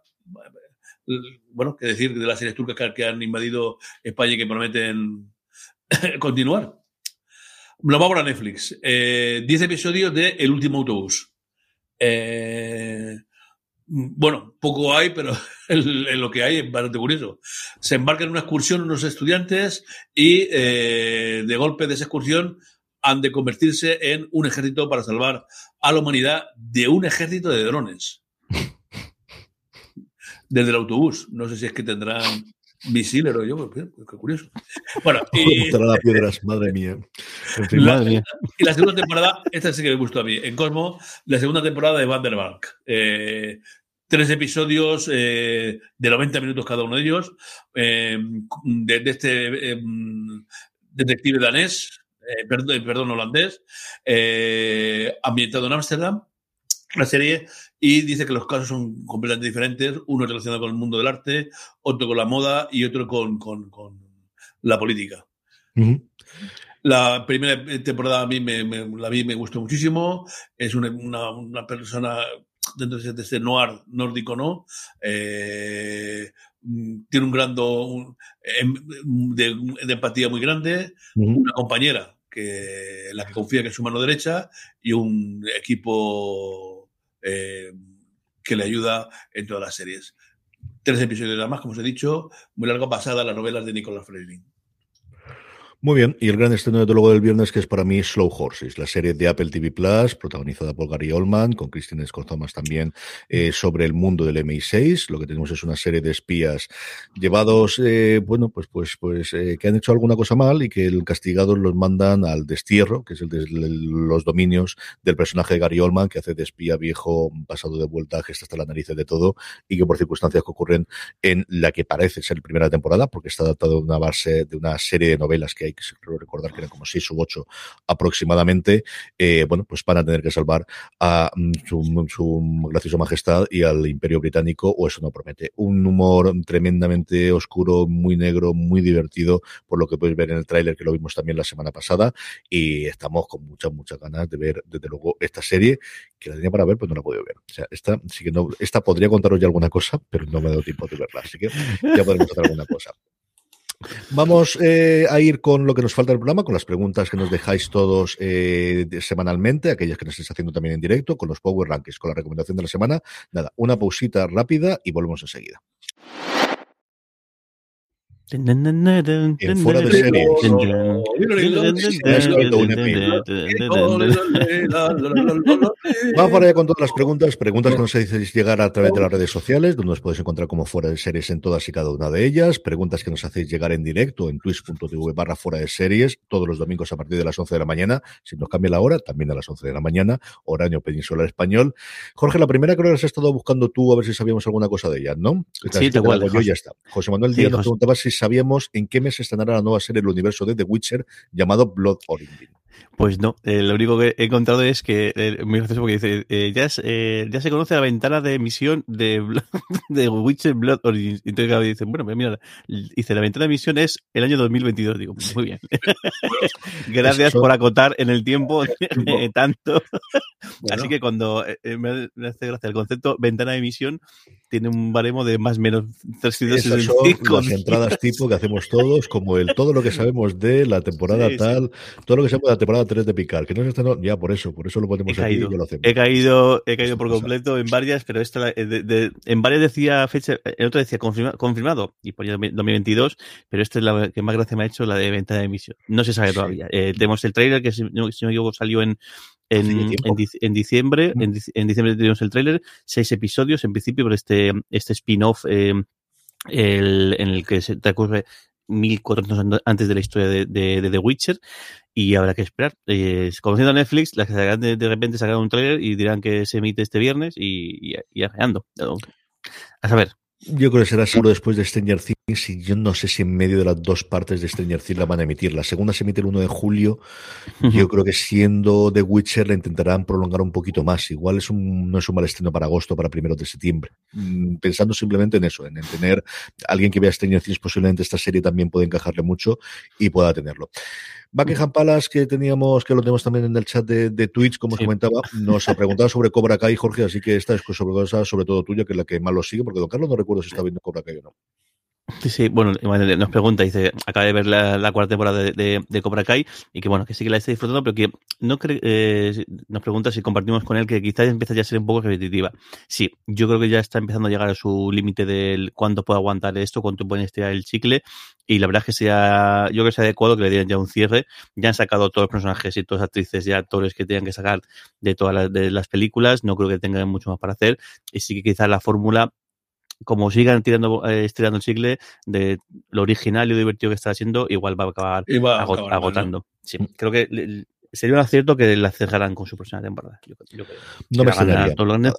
bueno, qué decir de las series turcas que, que han invadido España y que prometen continuar. Lo vamos a Netflix. Eh, diez episodios de El último autobús. Eh... Bueno, poco hay, pero en lo que hay es bastante curioso. Se embarcan en una excursión unos estudiantes y eh, de golpe de esa excursión han de convertirse en un ejército para salvar a la humanidad de un ejército de drones. Desde el autobús. No sé si es que tendrán misiles o yo, pero qué curioso. Bueno, y las piedras, madre mía. En fin, la, madre mía. Y la segunda temporada, esta sí que me gustó a mí, en Cosmo, la segunda temporada de Vanderbank. Eh, Tres episodios eh, de noventa minutos cada uno de ellos, eh, de, de este eh, detective danés, eh, perdón, perdón, holandés, eh, ambientado en Ámsterdam, la serie, y dice que los casos son completamente diferentes, uno relacionado con el mundo del arte, otro con la moda y otro con, con, con la política. Uh-huh. La primera temporada a mí me, me, la vi, me gustó muchísimo, es una, una, una persona dentro de este noir nórdico, ¿no? Eh, tiene un gran do, un, de, de empatía muy grande, uh-huh. Una compañera que la que confía que es su mano derecha y un equipo eh, que le ayuda en todas las series. Tres episodios nada más, como os he dicho, muy largo, basada en las novelas de Nicolas Fleming. Muy bien, y el gran estreno de luego del viernes, que es para mí Slow Horses, la serie de Apple T V Plus, protagonizada por Gary Oldman, con Christine Scott Thomas también, eh, sobre el mundo del M I seis. Lo que tenemos es una serie de espías llevados, eh, bueno, pues pues pues eh, que han hecho alguna cosa mal y que el castigados los mandan al destierro, que es el de los dominios del personaje de Gary Oldman, que hace de espía viejo, pasado de vuelta, gesta hasta las narices de todo, y que por circunstancias que ocurren en la que parece ser la primera temporada, porque está adaptado de una base, de una serie de novelas que hay que creo recordar que eran como seis u ocho aproximadamente, eh, bueno, pues van a tener que salvar a su, su graciosa majestad y al Imperio Británico, o eso no promete. Un humor tremendamente oscuro, muy negro, muy divertido, por lo que podéis ver en el tráiler, que lo vimos también la semana pasada, y estamos con muchas, muchas ganas de ver, desde luego, esta serie, que la tenía para ver, pues no la he podido ver. O sea, esta sí que no, esta podría contaros ya alguna cosa, pero no me ha dado tiempo de verla, así que ya podemos hacer alguna cosa. Vamos eh, a ir con lo que nos falta del programa, con las preguntas que nos dejáis todos eh, semanalmente, aquellas que nos estáis haciendo también en directo, con los Power Rankings, con la recomendación de la semana. Nada, una pausita rápida y volvemos enseguida. En Fuera de Series. Vamos para allá con todas las preguntas, preguntas que nos hacéis llegar a través de las redes sociales, donde nos podéis encontrar como Fuera de Series en todas y cada una de ellas, preguntas que nos hacéis llegar en directo en twitch.tv barra Fuera de Series, todos los domingos a partir de las once de la mañana, si nos cambia la hora, también a las once de la mañana, horario peninsular español. Jorge, la primera creo que has estado buscando tú, a ver si sabíamos alguna cosa de ellas, ¿no? Sí, te igual, yo ya está. José Manuel Díaz sí, nos preguntaba si sabíamos en qué mes se estrenará la nueva serie del universo de The Witcher llamado Blood Origin. Pues no, eh, lo único que he encontrado es que, eh, muy gracioso porque dice, eh, ya, es, eh, ya se conoce la ventana de emisión de, de Witcher Blood Origins. Entonces claro, dicen, bueno, mira, dice, la ventana de emisión es el año dos mil veintidós. Digo, muy bien. Gracias Eso. por acotar en el tiempo eh, tanto. Bueno. Así que cuando eh, me hace gracia el concepto ventana de emisión, tiene un baremo de más o menos trescientos sesenta y cinco. Esas son las entradas tipo que hacemos todos, como el todo lo que sabemos de la temporada sí, tal, sí. todo lo que sabemos de la temporada tres de Picard, que no es esta, no, ya por eso, por eso lo ponemos he aquí caído, y lo hacemos. He caído, he caído por completo en varias, pero esta, de, de, en varias decía fecha, en otra decía confirma, confirmado, y ponía dos mil veintidós, pero esta es la que más gracia me ha hecho, la de ventana de emisión. No se sabe sí. todavía. Eh, tenemos el trailer que, si no, si no me equivoco, salió en En, en, en diciembre, en, en diciembre tenemos el tráiler, seis episodios en principio, pero este, este spin-off eh, el, en el que se te ocurre mil cuatrocientos años antes de la historia de, de, de The Witcher, y habrá que esperar. Eh, conociendo a Netflix, las que sacarán de, de repente sacarán un tráiler y dirán que se emite este viernes y, y, y arreando. A saber. Yo creo que será seguro después de Stranger Things, y yo no sé si en medio de las dos partes de Stranger Things la van a emitir. La segunda se emite el uno de julio. Uh-huh. Yo creo que siendo The Witcher la intentarán prolongar un poquito más. Igual es un, no es un mal estreno para agosto, para primeros de septiembre. Mm, pensando simplemente en eso, en, en tener alguien que vea Stranger Things, posiblemente esta serie también puede encajarle mucho y pueda tenerlo. Buckingham Palace, que teníamos, que lo tenemos también en el chat de, de Twitch, como sí. os comentaba, nos ha preguntado sobre Cobra Kai, Jorge, así que esta es sobre cosa, sobre todo tuya, que es la que más lo sigue, porque don Carlos no recuerdo si está viendo Cobra Kai o no. Sí, sí, bueno, nos pregunta, dice, acaba de ver la, la cuarta temporada de, de, de Cobra Kai y que bueno, que sí que la está disfrutando, pero que no cree, eh, nos pregunta si compartimos con él que quizás empieza ya a ser un poco repetitiva. Sí, yo creo que ya está empezando a llegar a su límite del cuánto puede aguantar esto, cuánto puede estirar el chicle, y la verdad es que sea, yo creo que sea adecuado que le dieran ya un cierre. Ya han sacado todos los personajes y todas las actrices y actores que tengan que sacar de todas las, de las películas, no creo que tengan mucho más para hacer, y sí que quizás la fórmula, como sigan tirando, eh, estirando el chicle de lo original y lo divertido que está haciendo, igual va a acabar, va a agot- acabar agotando. Mal, ¿no? Sí, creo que le, sería un acierto que la cerraran con su próxima temporada. Yo, yo creo. No me extrañaría.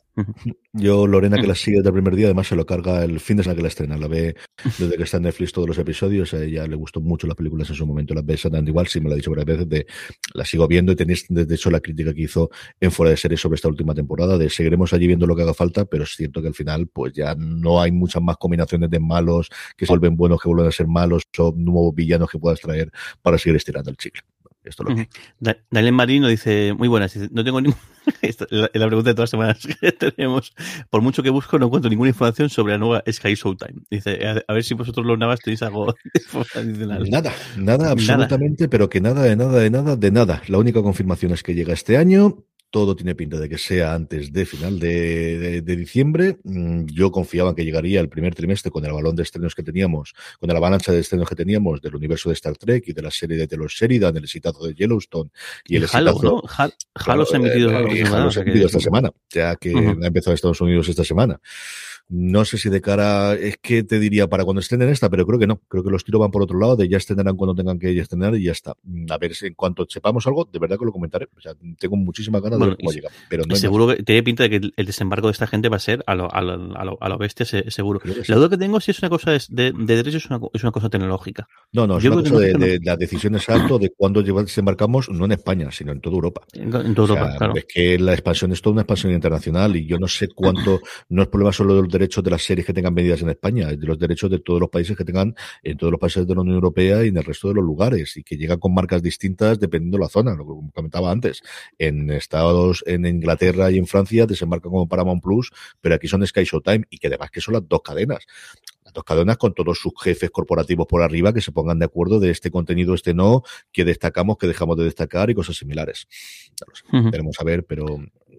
Yo, Lorena, que la sigue desde el primer día, además se lo carga el fin de semana que la estrena. La ve desde que está en Netflix todos los episodios. A ella le gustó mucho las películas en su momento. Las ve exactamente igual, sí me lo ha dicho varias veces. De, la sigo viendo y tenéis, de hecho, la crítica que hizo en Fuera de Series sobre esta última temporada. De seguiremos allí viendo lo que haga falta, pero es cierto que al final, pues ya no hay muchas más combinaciones de malos que se vuelven buenos, que vuelven a ser malos, o nuevos villanos que puedas traer para seguir estirando el chicle. Esto es lo que... Da- Daniel Marino dice, muy buenas, dice, no tengo ningún... Esta es la, la pregunta de todas las semanas que tenemos. Por mucho que busco, no encuentro ninguna información sobre la nueva Sky Showtime. Dice, a, a ver si vosotros los navas tenéis algo adicional. Nada, nada, absolutamente, nada. Pero que nada, de nada, de nada, de nada. La única confirmación es que llega este año. Todo tiene pinta de que sea antes de final de, de, de diciembre. Yo confiaba en que llegaría el primer trimestre con el balón de estrenos que teníamos, con la avalancha de estrenos que teníamos del universo de Star Trek y de la serie de Taylor Sheridan, el exitazo de Yellowstone y, y el Halo, exitazo... ¿no? Halo, Halo se ha emitido, eh, Halo se ha emitido esta semana, ya que uh-huh. ha empezado en Estados Unidos esta semana. No sé si de cara, es que te diría para cuando estrenen esta, pero creo que no. Creo que los tiros van por otro lado, de ya estrenarán cuando tengan que ya estrenar y ya está. A ver, en cuanto sepamos algo, de verdad que lo comentaré. O sea, tengo muchísimas ganas bueno, de ver cómo llega. Pero no seguro que tiene pinta de que el desembarco de esta gente va a ser a lo, a lo, a lo, a lo bestia, seguro. La duda que tengo si es una cosa de, de derechos, es una, es una cosa tecnológica. No, no, es Yo una cosa de, no... de la decisión exacta de cuándo desembarcamos, no en España, sino en toda Europa. En, en toda Europa, o sea, claro. Es que la expansión es toda una expansión internacional y yo no sé cuánto, no es problema solo de los derechos de las series que tengan medidas en España, de los derechos de todos los países que tengan en todos los países de la Unión Europea y en el resto de los lugares, y que llegan con marcas distintas dependiendo de la zona, lo que comentaba antes. En Estados, en Inglaterra y en Francia desembarcan como Paramount Plus, pero aquí son Sky Showtime, y que además que son las dos cadenas. Las dos cadenas con todos sus jefes corporativos por arriba que se pongan de acuerdo de este contenido, este no, que destacamos, que dejamos de destacar y cosas similares. No lo sé. Uh-huh. Veremos a ver, pero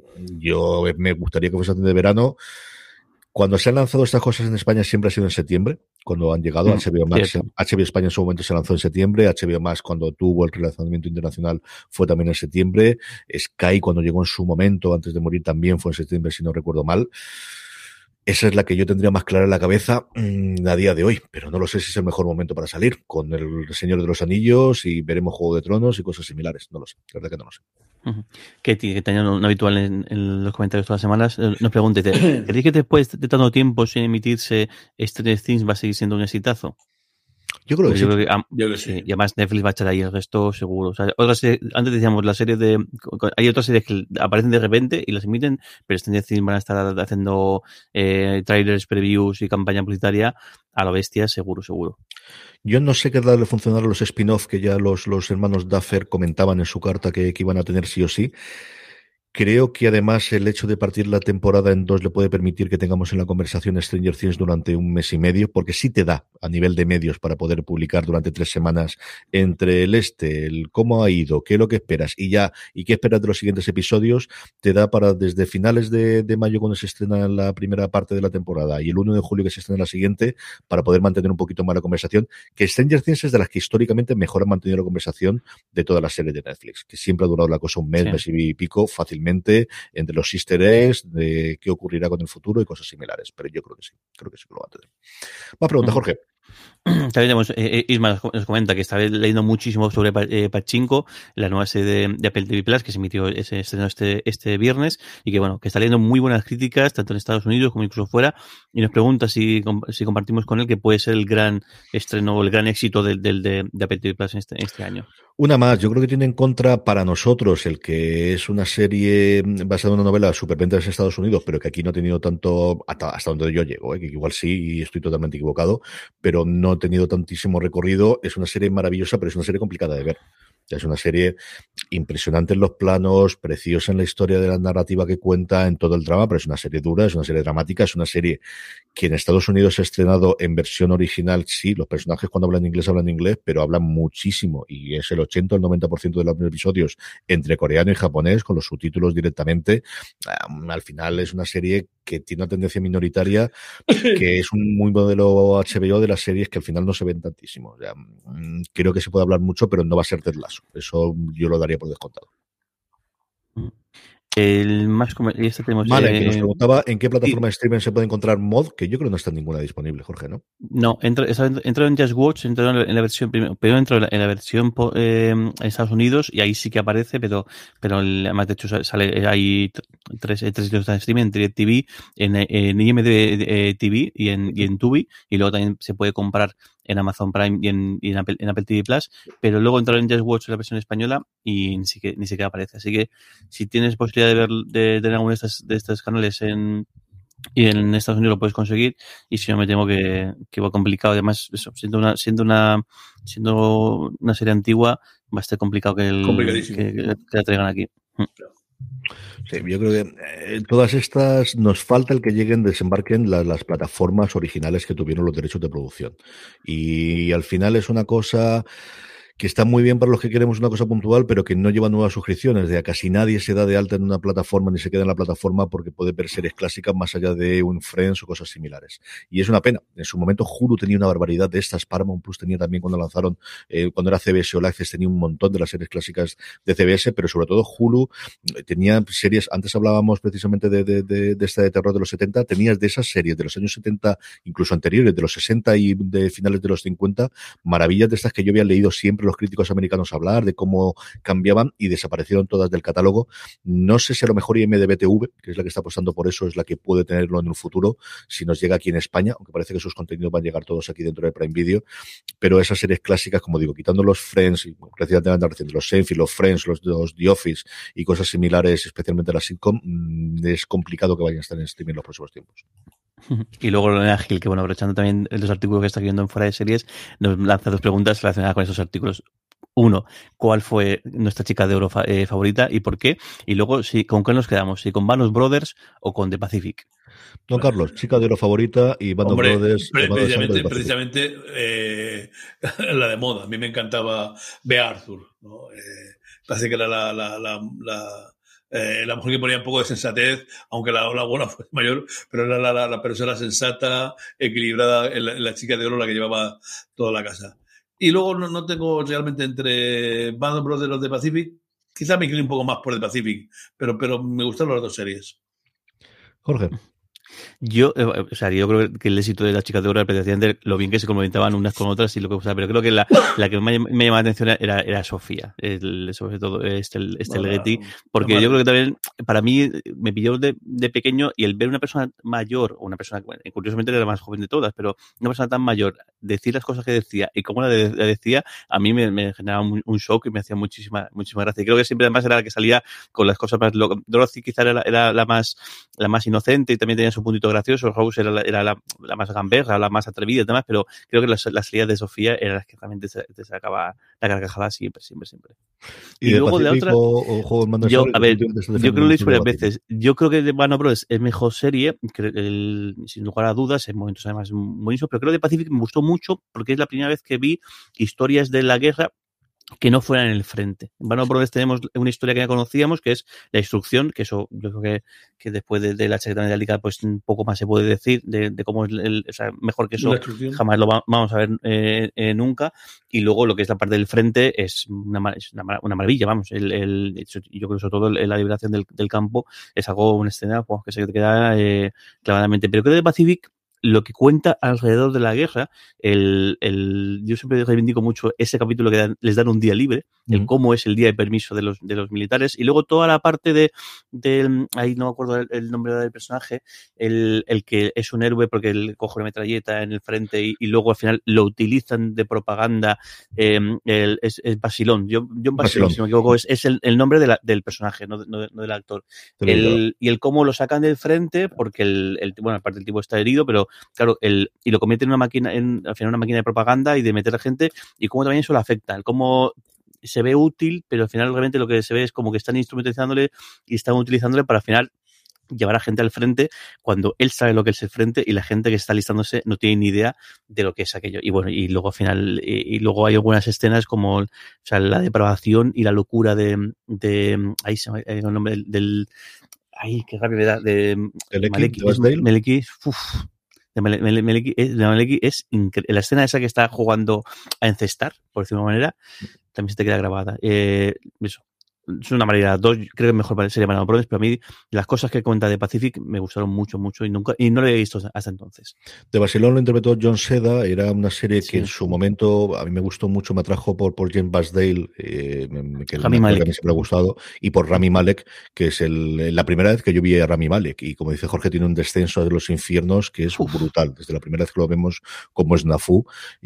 yo me gustaría que fuese antes de verano. Cuando se han lanzado estas cosas en España siempre ha sido en septiembre, cuando han llegado. Mm, H B O Max, cierto. H B O España en su momento se lanzó en septiembre, H B O Max cuando tuvo el relanzamiento internacional fue también en septiembre, Sky cuando llegó en su momento antes de morir también fue en septiembre si no recuerdo mal. Esa es la que yo tendría más clara en la cabeza mmm, a día de hoy, pero no lo sé si es el mejor momento para salir con el Señor de los Anillos y veremos Juego de Tronos y cosas similares, no lo sé, la verdad que no lo sé. Uh-huh. Que, que tenía un habitual en, en los comentarios todas las semanas, eh, nos pregunte, ¿creéis que después de tanto tiempo sin emitirse Stranger Things va a seguir siendo un exitazo? Yo creo que yo sí. Creo que, um, yo creo que sí. Y además Netflix va a echar ahí el resto seguro. O sea, otras series, antes decíamos la serie de... Hay otras series que aparecen de repente y las emiten, pero Stranger Things van a estar haciendo eh, trailers, previews y campaña publicitaria a lo bestia, seguro, seguro. Yo no sé qué darle funcionar a los spin-off que ya los, los hermanos Duffer comentaban en su carta que, que iban a tener sí o sí. Creo que además el hecho de partir la temporada en dos le puede permitir que tengamos en la conversación Stranger Things durante un mes y medio, porque sí te da a nivel de medios para poder publicar durante tres semanas entre el este, el cómo ha ido, qué es lo que esperas y ya, y qué esperas de los siguientes episodios, te da para desde finales de, de mayo cuando se estrena la primera parte de la temporada y el uno de julio que se estrena la siguiente, para poder mantener un poquito más la conversación, que Stranger Things es de las que históricamente mejor han mantenido la conversación de todas las series de Netflix, que siempre ha durado la cosa un mes, sí. mes y pico, fácilmente, entre los easter eggs, de qué ocurrirá con el futuro y cosas similares. Pero yo creo que sí, creo que sí que lo va a tener. Más preguntas, Jorge. También tenemos, eh, Isma nos comenta que está leyendo muchísimo sobre eh, Pachinko, la nueva serie de, de Apple T V Plus, que se emitió ese estreno este, este viernes, y que bueno, que está leyendo muy buenas críticas, tanto en Estados Unidos como incluso fuera, y nos pregunta si, si compartimos con él que puede ser el gran estreno o el gran éxito del, del de, de Apple T V Plus en este, en este año. Una más, yo creo que tiene en contra para nosotros el que es una serie basada en una novela superventas en Estados Unidos, pero que aquí no ha tenido tanto, hasta, hasta donde yo llego, ¿eh? Que igual sí, y estoy totalmente equivocado, pero no ha tenido tantísimo recorrido. Es una serie maravillosa, pero es una serie complicada de ver. Es una serie impresionante en los planos, preciosa en la historia de la narrativa que cuenta, en todo el drama, pero es una serie dura, es una serie dramática, es una serie que en Estados Unidos se ha estrenado en versión original. Sí, los personajes cuando hablan inglés hablan inglés, pero hablan muchísimo, y es el ochenta o el noventa por ciento de los episodios entre coreano y japonés, con los subtítulos directamente. Al final es una serie que tiene una tendencia minoritaria, que es un muy modelo H B O de las series que al final no se ven tantísimo. O sea, creo que se puede hablar mucho, pero no va a ser Ted Lasso. Eso yo lo daría por descontado. El más y este tenemos vale, eh, que nos preguntaba en qué plataforma de streaming se puede encontrar Mod, que yo creo que no está ninguna disponible, Jorge, ¿no? No, entró, entró en Just Watch, entró en la versión primero, pero entró en la versión eh, en Estados Unidos y ahí sí que aparece, pero pero además de hecho sale hay tres tres sitios de streaming, en DirecTV, en, en I M D T V y en y en Tubi, y luego también se puede comprar en Amazon Prime y en, y en, Apple, en Apple T V Plus, pero luego entró en Just Watch la versión española y ni siquiera, ni siquiera aparece. Así que si tienes posibilidad de ver de tener alguno de estos, de estos canales en y en Estados Unidos lo puedes conseguir, y si no me temo que, que va complicado. Además, eso, siendo una, siendo una siendo una serie antigua, va a estar complicado que, el, que, que la traigan aquí. Sí, yo creo que eh, todas estas nos falta el que lleguen, desembarquen la, las plataformas originales que tuvieron los derechos de producción. Y al final es una cosa que está muy bien para los que queremos una cosa puntual, pero que no lleva nuevas suscripciones. De a casi nadie se da de alta en una plataforma ni se queda en la plataforma porque puede ver series clásicas más allá de un Friends o cosas similares. Y es una pena. En su momento Hulu tenía una barbaridad de estas. Paramount Plus tenía también cuando lanzaron, eh, cuando era C B S All Access, tenía un montón de las series clásicas de C B S, pero sobre todo Hulu tenía series. Antes hablábamos precisamente de, de, de, de esta de terror de los setenta. Tenías de esas series de los años setenta, incluso anteriores, de los sesenta y de finales de los cincuenta, maravillas de estas que yo había leído siempre los críticos americanos hablar de cómo cambiaban, y desaparecieron todas del catálogo. No sé si a lo mejor I M D B T V, que es la que está apostando por eso, es la que puede tenerlo en el futuro si nos llega aquí en España, aunque parece que sus contenidos van a llegar todos aquí dentro de Prime Video. Pero esas series clásicas, como digo, quitando los Friends y precisamente los Seinfeld, los Friends, los, los The Office y cosas similares, especialmente las sitcom, es complicado que vayan a estar en streaming en los próximos tiempos. Y luego Lorena Gil, que bueno, aprovechando también los artículos que está escribiendo en Fuera de Series, nos lanza dos preguntas relacionadas con esos artículos. Uno, ¿cuál fue nuestra chica de oro fa- eh, favorita y por qué? Y luego, si ¿con qué nos quedamos? ¿Si con Band of Brothers o con The Pacific? Don Carlos, chica de oro favorita y Band of Brothers. Pre- precisamente precisamente eh, la de moda. A mí me encantaba Bea Arthur, ¿no? Eh, parece que era la... la, la, la Eh, la mujer que ponía un poco de sensatez, aunque la, la buena fue mayor, pero era la, la, la persona sensata, equilibrada, la, la chica de oro la que llevaba toda la casa. Y luego no, no tengo realmente entre Band of Brothers y los de Pacific, quizá me inclino un poco más por The Pacific, pero, pero me gustaron las dos series. Jorge. Yo, eh, o sea, yo creo que el éxito de las chicas de oro era precisamente lo bien que se complementaban unas con otras y lo que, o sea, pero creo que la, la que me, me llamaba la atención era, era Sofía, el, sobre todo este, este bueno, Leggetti, porque bueno, yo creo que también para mí me pilló de, de pequeño, y el ver una persona mayor, o una persona, bueno, curiosamente era la más joven de todas, pero una persona tan mayor, decir las cosas que decía y cómo la, de, la decía, a mí me, me generaba un, un shock y me hacía muchísima, muchísima gracia. Y creo que siempre además era la que salía con las cosas más locas. Dorothy quizá era, era la más, la más inocente y también tenía su su puntito gracioso, Rose era la, era la, la más gamberra, la más atrevida y demás, pero creo que las, las salidas de Sofía eran las que realmente te, te sacaba la carcajada siempre, siempre, siempre. Y, y de luego Pacífico, de la otra, yo, a ver, yo creo que lo he dicho varias veces, yo creo que de Warner Bros. Es mejor serie, que el, sin lugar a dudas, en momentos además buenísimos, pero creo que de Pacific me gustó mucho porque es la primera vez que vi historias de la guerra que no fueran en el frente. En Warner Bros. Tenemos una historia que ya conocíamos, que es la instrucción, que eso yo creo que, que después de, de la Chaqueta Metálica pues un poco más se puede decir de, de cómo es el, o sea, mejor que eso jamás lo va, vamos a ver eh, eh, nunca. Y luego lo que es la parte del frente es una, es una, una maravilla, vamos. El, el, yo creo que sobre todo la liberación del, del campo es algo, una escena pues, que se te queda eh, clavadamente. Pero creo que de Pacific lo que cuenta alrededor de la guerra, el, el, yo siempre reivindico mucho ese capítulo que dan, les dan un día libre, mm. el cómo es el día de permiso de los, de los militares, y luego toda la parte de, de ahí no me acuerdo el, el nombre del personaje, el, el que es un héroe porque él coge una metralleta en el frente y, y luego al final lo utilizan de propaganda, eh, el, es, es Basilón, yo, yo Basilón, si no me equivoco, es, es el, el nombre de la, del personaje, no, no, no del actor. El, y el cómo lo sacan del frente, porque el, el bueno, aparte el tipo está herido, pero claro, el, y lo convierte en una máquina, en, al final una máquina de propaganda y de meter a gente, y cómo también eso lo afecta, el cómo se ve útil, pero al final realmente lo que se ve es como que están instrumentalizándole y están utilizándole para al final llevar a gente al frente cuando él sabe lo que es el frente y la gente que está listándose no tiene ni idea de lo que es aquello. Y bueno, y luego al final, y, y luego hay algunas escenas como, o sea, la depravación y la locura de, de ahí se me el nombre del, del ay, qué rabia me da, de Maleki, Maleki, uff. De Maleki es, de Maleki es increíble. La escena esa que está jugando a encestar, por decirlo de una manera, también se te queda grabada. Eh, eso. Es una maravilla. Dos, creo que mejor sería Warner Bros. Pero a mí las cosas que cuenta de Pacific me gustaron mucho, mucho y nunca y no lo había visto hasta entonces. De Basilón lo interpretó John Seda. Era una serie sí. que en su momento a mí me gustó mucho, me atrajo por, por Jen Basdale, eh, que, Rami Malek. que a mí siempre me ha gustado, y por Rami Malek, que es el, la primera vez que yo vi a Rami Malek. Y como dice Jorge, tiene un descenso de los infiernos que es Uf. brutal. Desde la primera vez que lo vemos, como es Nafu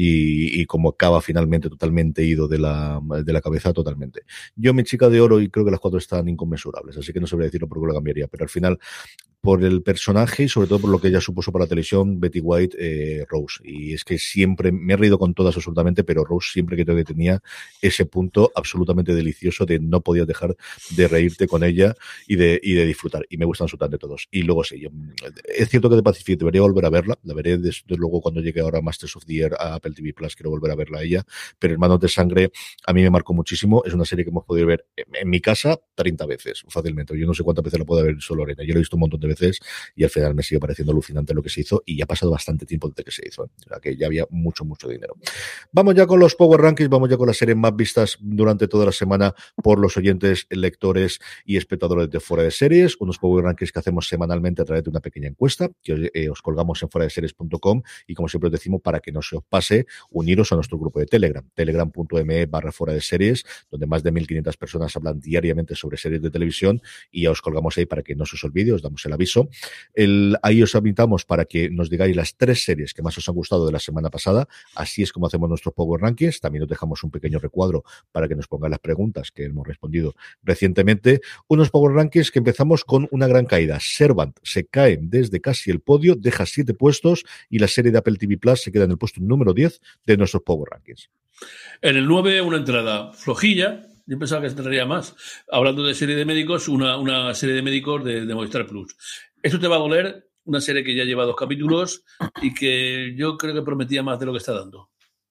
y, y como acaba finalmente totalmente ido de la, de la cabeza totalmente. Yo, mi chica de oro, y creo que las cuatro están inconmensurables, así que no sabría decirlo por qué lo cambiaría, pero al final, por el personaje y sobre todo por lo que ella supuso para la televisión, Betty White, eh, Rose, y es que siempre, me he reído con todas absolutamente, pero Rose siempre creo que tenía ese punto absolutamente delicioso de no podías dejar de reírte con ella y de, y de disfrutar, y me gustan absolutamente todos. Y luego sí, yo, es cierto que de Pacific debería volver a verla, la veré desde luego cuando llegue ahora Masters of the Air a Apple T V Plus, quiero volver a verla a ella, pero Hermanos de Sangre a mí me marcó muchísimo, es una serie que hemos podido ver en, en mi casa treinta veces, fácilmente. Yo no sé cuántas veces la puedo ver solo Lorena. Yo lo he visto un montón de veces y al final me sigue pareciendo alucinante lo que se hizo y ya ha pasado bastante tiempo desde que se hizo. ¿eh? O sea, que ya había mucho, mucho dinero. Vamos ya con los Power Rankings, vamos ya con las series más vistas durante toda la semana por los oyentes, lectores y espectadores de Fuera de Series. Unos Power Rankings que hacemos semanalmente a través de una pequeña encuesta que eh, os colgamos en fuera de series punto com y como siempre os decimos, para que no se os pase, uniros a nuestro grupo de Telegram, telegram punto me barra fuera de series, donde más de mil quinientas personas hablan diariamente sobre series de televisión y ya os colgamos ahí para que no se os olvide, os damos el aviso. El, ahí os invitamos para que nos digáis las tres series que más os han gustado de la semana pasada, así es como hacemos nuestros Power Rankings. También os dejamos un pequeño recuadro para que nos pongáis las preguntas que hemos respondido recientemente. Unos Power Rankings que empezamos con una gran caída. Servant se cae desde casi el podio, deja siete puestos y la serie de Apple T V Plus se queda en el puesto número diez de nuestros Power Rankings. En el nueve, una entrada flojilla. Yo pensaba que se entraría más. Hablando de serie de médicos, una, una serie de médicos de, de Movistar Plus. Esto te va a doler, una serie que ya lleva dos capítulos y que yo creo que prometía más de lo que está dando.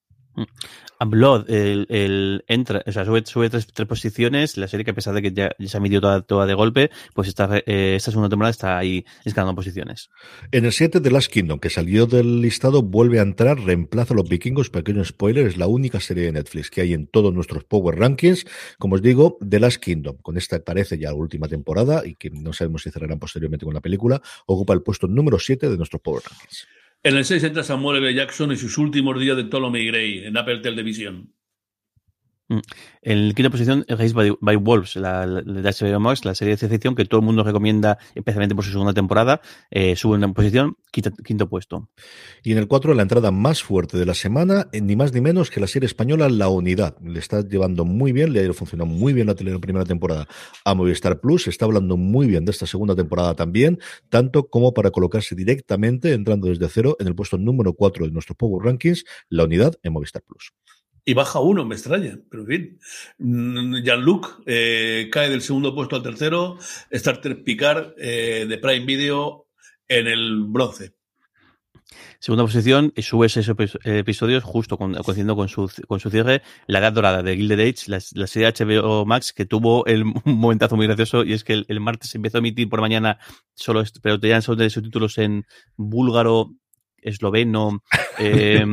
Blood, el, el entra, o sea, sube, sube tres, tres posiciones, la serie que a pesar de que ya, ya se ha midido toda, toda de golpe, pues esta, eh, esta segunda temporada está ahí escalando posiciones. En el siete, The Last Kingdom, que salió del listado, vuelve a entrar, reemplaza a Los Vikingos, pequeño spoiler, es la única serie de Netflix que hay en todos nuestros Power Rankings. Como os digo, The Last Kingdom, con esta parece ya la última temporada y que no sabemos si cerrarán posteriormente con la película, ocupa el puesto número siete de nuestros Power Rankings. En el seis entra Samuel L. Jackson y sus últimos días de Ptolemy Gray en Apple Television. En quinta posición, Raised by, by Wolves, la, la de H B O Max, la serie de ciencia ficción que todo el mundo recomienda, especialmente por su segunda temporada, eh, sube una posición, quinto, quinto puesto. Y en el cuatro, la entrada más fuerte de la semana, ni más ni menos que la serie española La Unidad. Le está llevando muy bien, le ha funcionado muy bien la, la primera temporada a Movistar Plus, está hablando muy bien de esta segunda temporada también, tanto como para colocarse directamente, entrando desde cero, en el puesto número cuatro de nuestros Power Rankings, La Unidad en Movistar Plus. Y baja uno, me extraña, pero en fin. Jean-Luc eh, cae del segundo puesto al tercero. Star Trek Picard eh, de Prime Video en el bronce. Segunda posición, y sube seis episodios justo con, coincidiendo con su, con su cierre, La Edad Dorada de Gilded Age, la, la serie de H B O Max que tuvo el, un momentazo muy gracioso, y es que el, el martes empezó a emitir por mañana, solo pero tenían solo de subtítulos en búlgaro, esloveno, eh,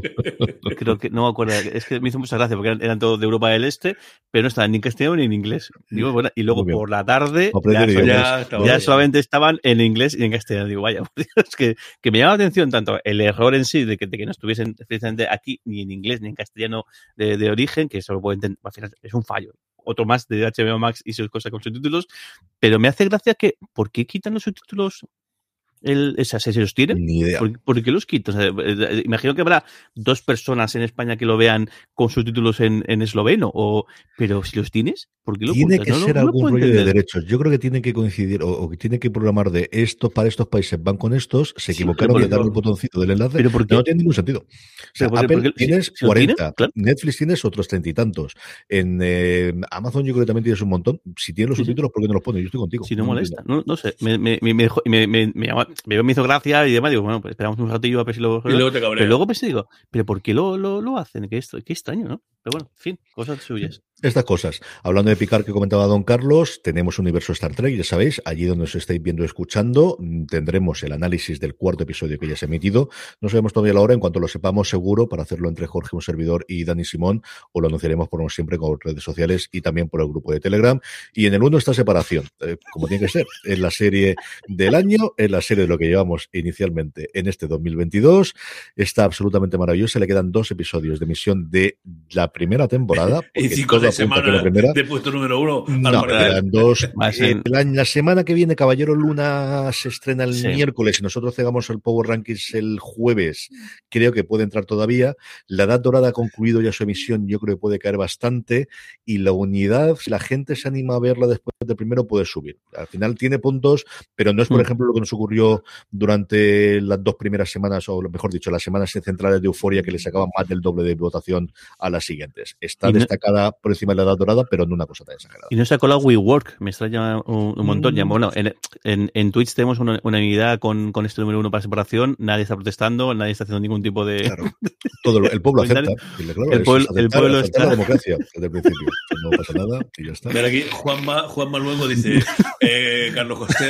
creo que, no me acuerdo, es que me hizo mucha gracia porque eran, eran todos de Europa del Este, pero no estaban ni en castellano ni en inglés. Digo, bueno, y luego por la tarde ya, ya, ya, ya solamente estaban en inglés y en castellano. Digo, vaya, es que, que me llama la atención tanto el error en sí de que, de que no estuviesen precisamente aquí ni en inglés ni en castellano de, de origen, que eso lo puedo entender, al final es un fallo. Otro más de H B O Max y sus cosas con subtítulos, pero me hace gracia que, ¿por qué quitan los subtítulos? El, esa, ¿se los tienen? Ni idea. ¿Por, ¿Por qué los quitan? O sea, imagino que habrá dos personas en España que lo vean con subtítulos en, en esloveno, o, pero si los tienes, ¿por qué lo Tiene ocultas? que no, ser no, no algún rollo entender. de derechos. Yo creo que tiene que coincidir, o, o que tiene que programar de esto para estos países van con estos, se Sí, equivocaron pero de darle el botoncito del enlace, pero ¿por qué? no tiene ningún sentido. O sea, ¿Por qué? Apple ¿Por qué? tienes Si- si lo cuarenta, tienen, claro. Netflix tienes otros treinta y tantos, en eh, Amazon yo creo que también tienes un montón. Si tienes los Sí, sí. subtítulos, ¿por qué no los pones? Yo estoy contigo. Si no lo molesta, entiendo. no, no sé, me, me, me, me, me, me, me, llama- me- me hizo gracia y demás, digo, bueno, pues esperamos un ratillo a ver si lo... Y luego te cabrea. Pero luego pensé, digo, ¿pero por qué lo, lo, lo hacen? Qué, esto- qué extraño, ¿no? Pero bueno, en fin, cosas suyas. Estas cosas. Hablando de Picard que comentaba Don Carlos, tenemos Universo Star Trek, ya sabéis, allí donde os estáis viendo y escuchando, tendremos el análisis del cuarto episodio que ya se ha emitido. No sabemos todavía la hora, en cuanto lo sepamos seguro, para hacerlo entre Jorge, un servidor, y Dani Simón, o lo anunciaremos por siempre con redes sociales y también por el grupo de Telegram. Y en el uno está separación, eh, como tiene que ser, en la serie del año, en la serie de lo que llevamos inicialmente en este dos mil veintidós. Está absolutamente maravillosa, le quedan dos episodios de emisión de la primera temporada. Y cinco de semana de puesto número uno. No, quedan dos. Más Eh, en- la, la semana que viene, Caballero Luna se estrena el Sí. miércoles y nosotros cegamos el Power Rankings el jueves. Creo que puede entrar todavía. La Edad Dorada ha concluido ya su emisión, yo creo que puede caer bastante. Y la Unidad, si la gente se anima a verla después del primero, puede subir. Al final tiene puntos, pero no es, por Mm. ejemplo, lo que nos ocurrió durante las dos primeras semanas, o mejor dicho, las semanas centrales de Euforia, que le sacaban más del doble de votación a las siguientes. Está Y no- destacada por encima de la Edad Dorada, pero no una cosa tan exagerada. Y no se ha colado WeWork, me extraña un, un montón. Mm. Ya, bueno, en, en, en Twitch tenemos una unanimidad con, con este número uno para separación, nadie está protestando, nadie está haciendo ningún tipo de... Claro. Todo lo- el pueblo acepta. comentario. Dile, claro, El es pueblo- aceptar- el pueblo aceptar la está- democracia desde el principio. No pasa nada y ya está. Ver aquí, Juanma, Juanma luego dice, eh, Carlos José,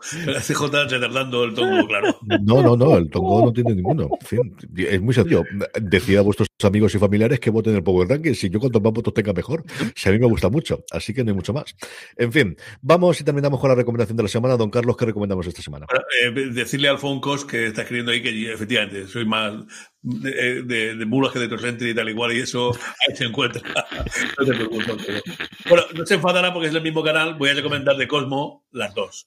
C J retardando el tongo, claro. No, no, no, el tongo no tiene ninguno. En fin, es muy sencillo. Decid a vuestros amigos y familiares que voten el Power Ranking. Si yo cuantos más votos tenga mejor, si a mí me gusta mucho. Así que no hay mucho más. En fin, vamos y terminamos con la recomendación de la semana. Don Carlos, ¿qué recomendamos esta semana? Bueno, eh, decirle a Alfoncos que está escribiendo ahí que efectivamente soy más de, de, de mulas que de Torrente y tal igual, y eso ahí se encuentra. No te preocupes. Pero... Bueno, no se enfadará porque es el mismo canal. Voy a recomendar de Cosmo las dos.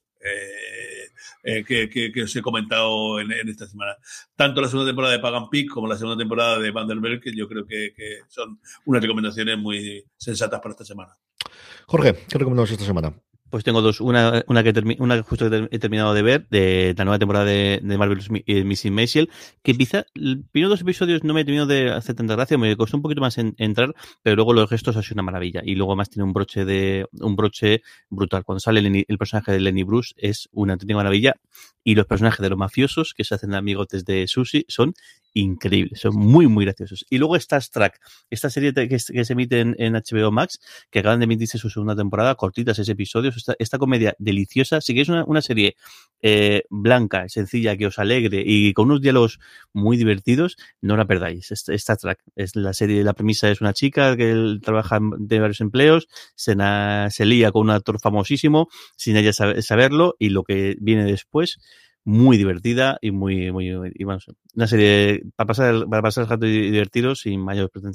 Eh, eh, que, que, que os he comentado en, en esta semana. Tanto la segunda temporada de Pagan Peak como la segunda temporada de Vanderbilt, que yo creo que, que son unas recomendaciones muy sensatas para esta semana. Jorge, ¿qué recomendamos esta semana? Pues tengo dos. Una, una, que, termi una que justo he terminado de ver, de la nueva temporada de, de Marvelous Missing Maisel, que quizá los primeros dos episodios no me he terminado de hacer tanta gracia, me costó un poquito más en, entrar, pero luego los gestos ha sido una maravilla. Y luego más tiene un broche de un broche brutal. Cuando sale Lenny, el personaje de Lenny Bruce es una auténtica maravilla. Y los personajes de los mafiosos que se hacen amigotes de Susie son increíbles, son muy, muy graciosos. Y luego Star Trek, esta serie que, que se emite en, en H B O Max, que acaban de emitirse su segunda temporada, cortitas, seis episodios, esta, esta comedia deliciosa. Si queréis una, una serie eh, blanca, sencilla, que os alegre y con unos diálogos muy divertidos, no la perdáis. Star Trek es la serie, la premisa es una chica que él trabaja de varios empleos, se, na, se lía con un actor famosísimo sin ella saber, saberlo, y lo que viene después, muy divertida y muy, muy, y bueno, una serie para pasar, para pasar el rato y divertiros sin mayor pretensión.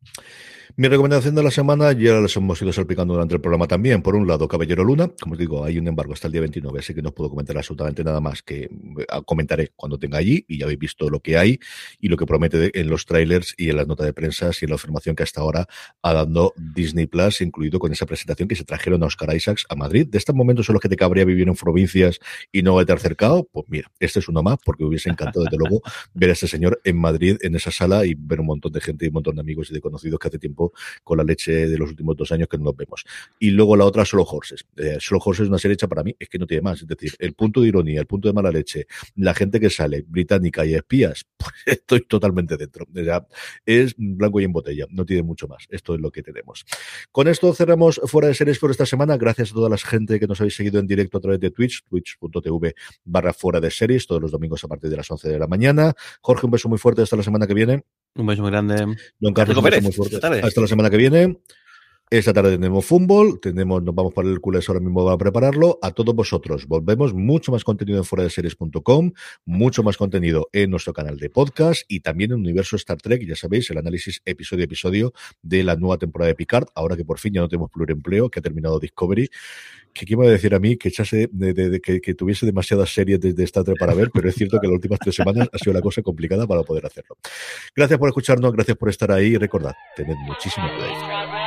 Mi recomendación de la semana ya las hemos ido salpicando durante el programa también. Por un lado, Caballero Luna, como os digo, hay un embargo hasta el día veintinueve, así que no os puedo comentar absolutamente nada más, que comentaré cuando tenga allí, y ya habéis visto lo que hay y lo que promete en los trailers y en las notas de prensa y en la afirmación que hasta ahora ha dado Disney Plus, incluido con esa presentación que se trajeron a Oscar Isaacs a Madrid. De estos momentos son los que te cabría vivir en provincias y no haberte acercado. Pues mira, este es uno más, porque me hubiese encantado desde luego ver a este señor en Madrid, en esa sala, y ver un montón de gente y un montón de amigos y de conocidos que hace tiempo con la leche de los últimos dos años que no nos vemos. Y luego la otra, Solo Horses. Eh, Solo Horses es una serie hecha para mí, es que no tiene más. Es decir, el punto de ironía, el punto de mala leche, la gente que sale, británica y espías, pues estoy totalmente dentro. O sea, es blanco y en botella, no tiene mucho más. Esto es lo que tenemos. Con esto cerramos Fuera de Series por esta semana. Gracias a toda la gente que nos habéis seguido en directo a través de Twitch, twitch.tv barra Fuera de Series, todos los domingos a partir de las once de la mañana. Jorge, un beso muy fuerte hasta la semana que viene. Un beso muy grande. Don Carlos, un beso muy fuerte. Hasta la semana que viene. Esta tarde tenemos fútbol, tenemos, nos vamos para el Hércules ahora mismo a prepararlo. A todos vosotros, volvemos, mucho más contenido en fuera de series punto com, mucho más contenido en nuestro canal de podcast y también en Universo Star Trek, ya sabéis, el análisis episodio a episodio de la nueva temporada de Picard, ahora que por fin ya no tenemos pluriempleo, que ha terminado Discovery. Que quién me va a decir a mí que echase de, de, de, que, que tuviese demasiadas series de, de Star Trek para ver, pero es cierto que las últimas tres semanas ha sido la cosa complicada para poder hacerlo. Gracias por escucharnos, gracias por estar ahí y recordad, tened muchísimo cuidado.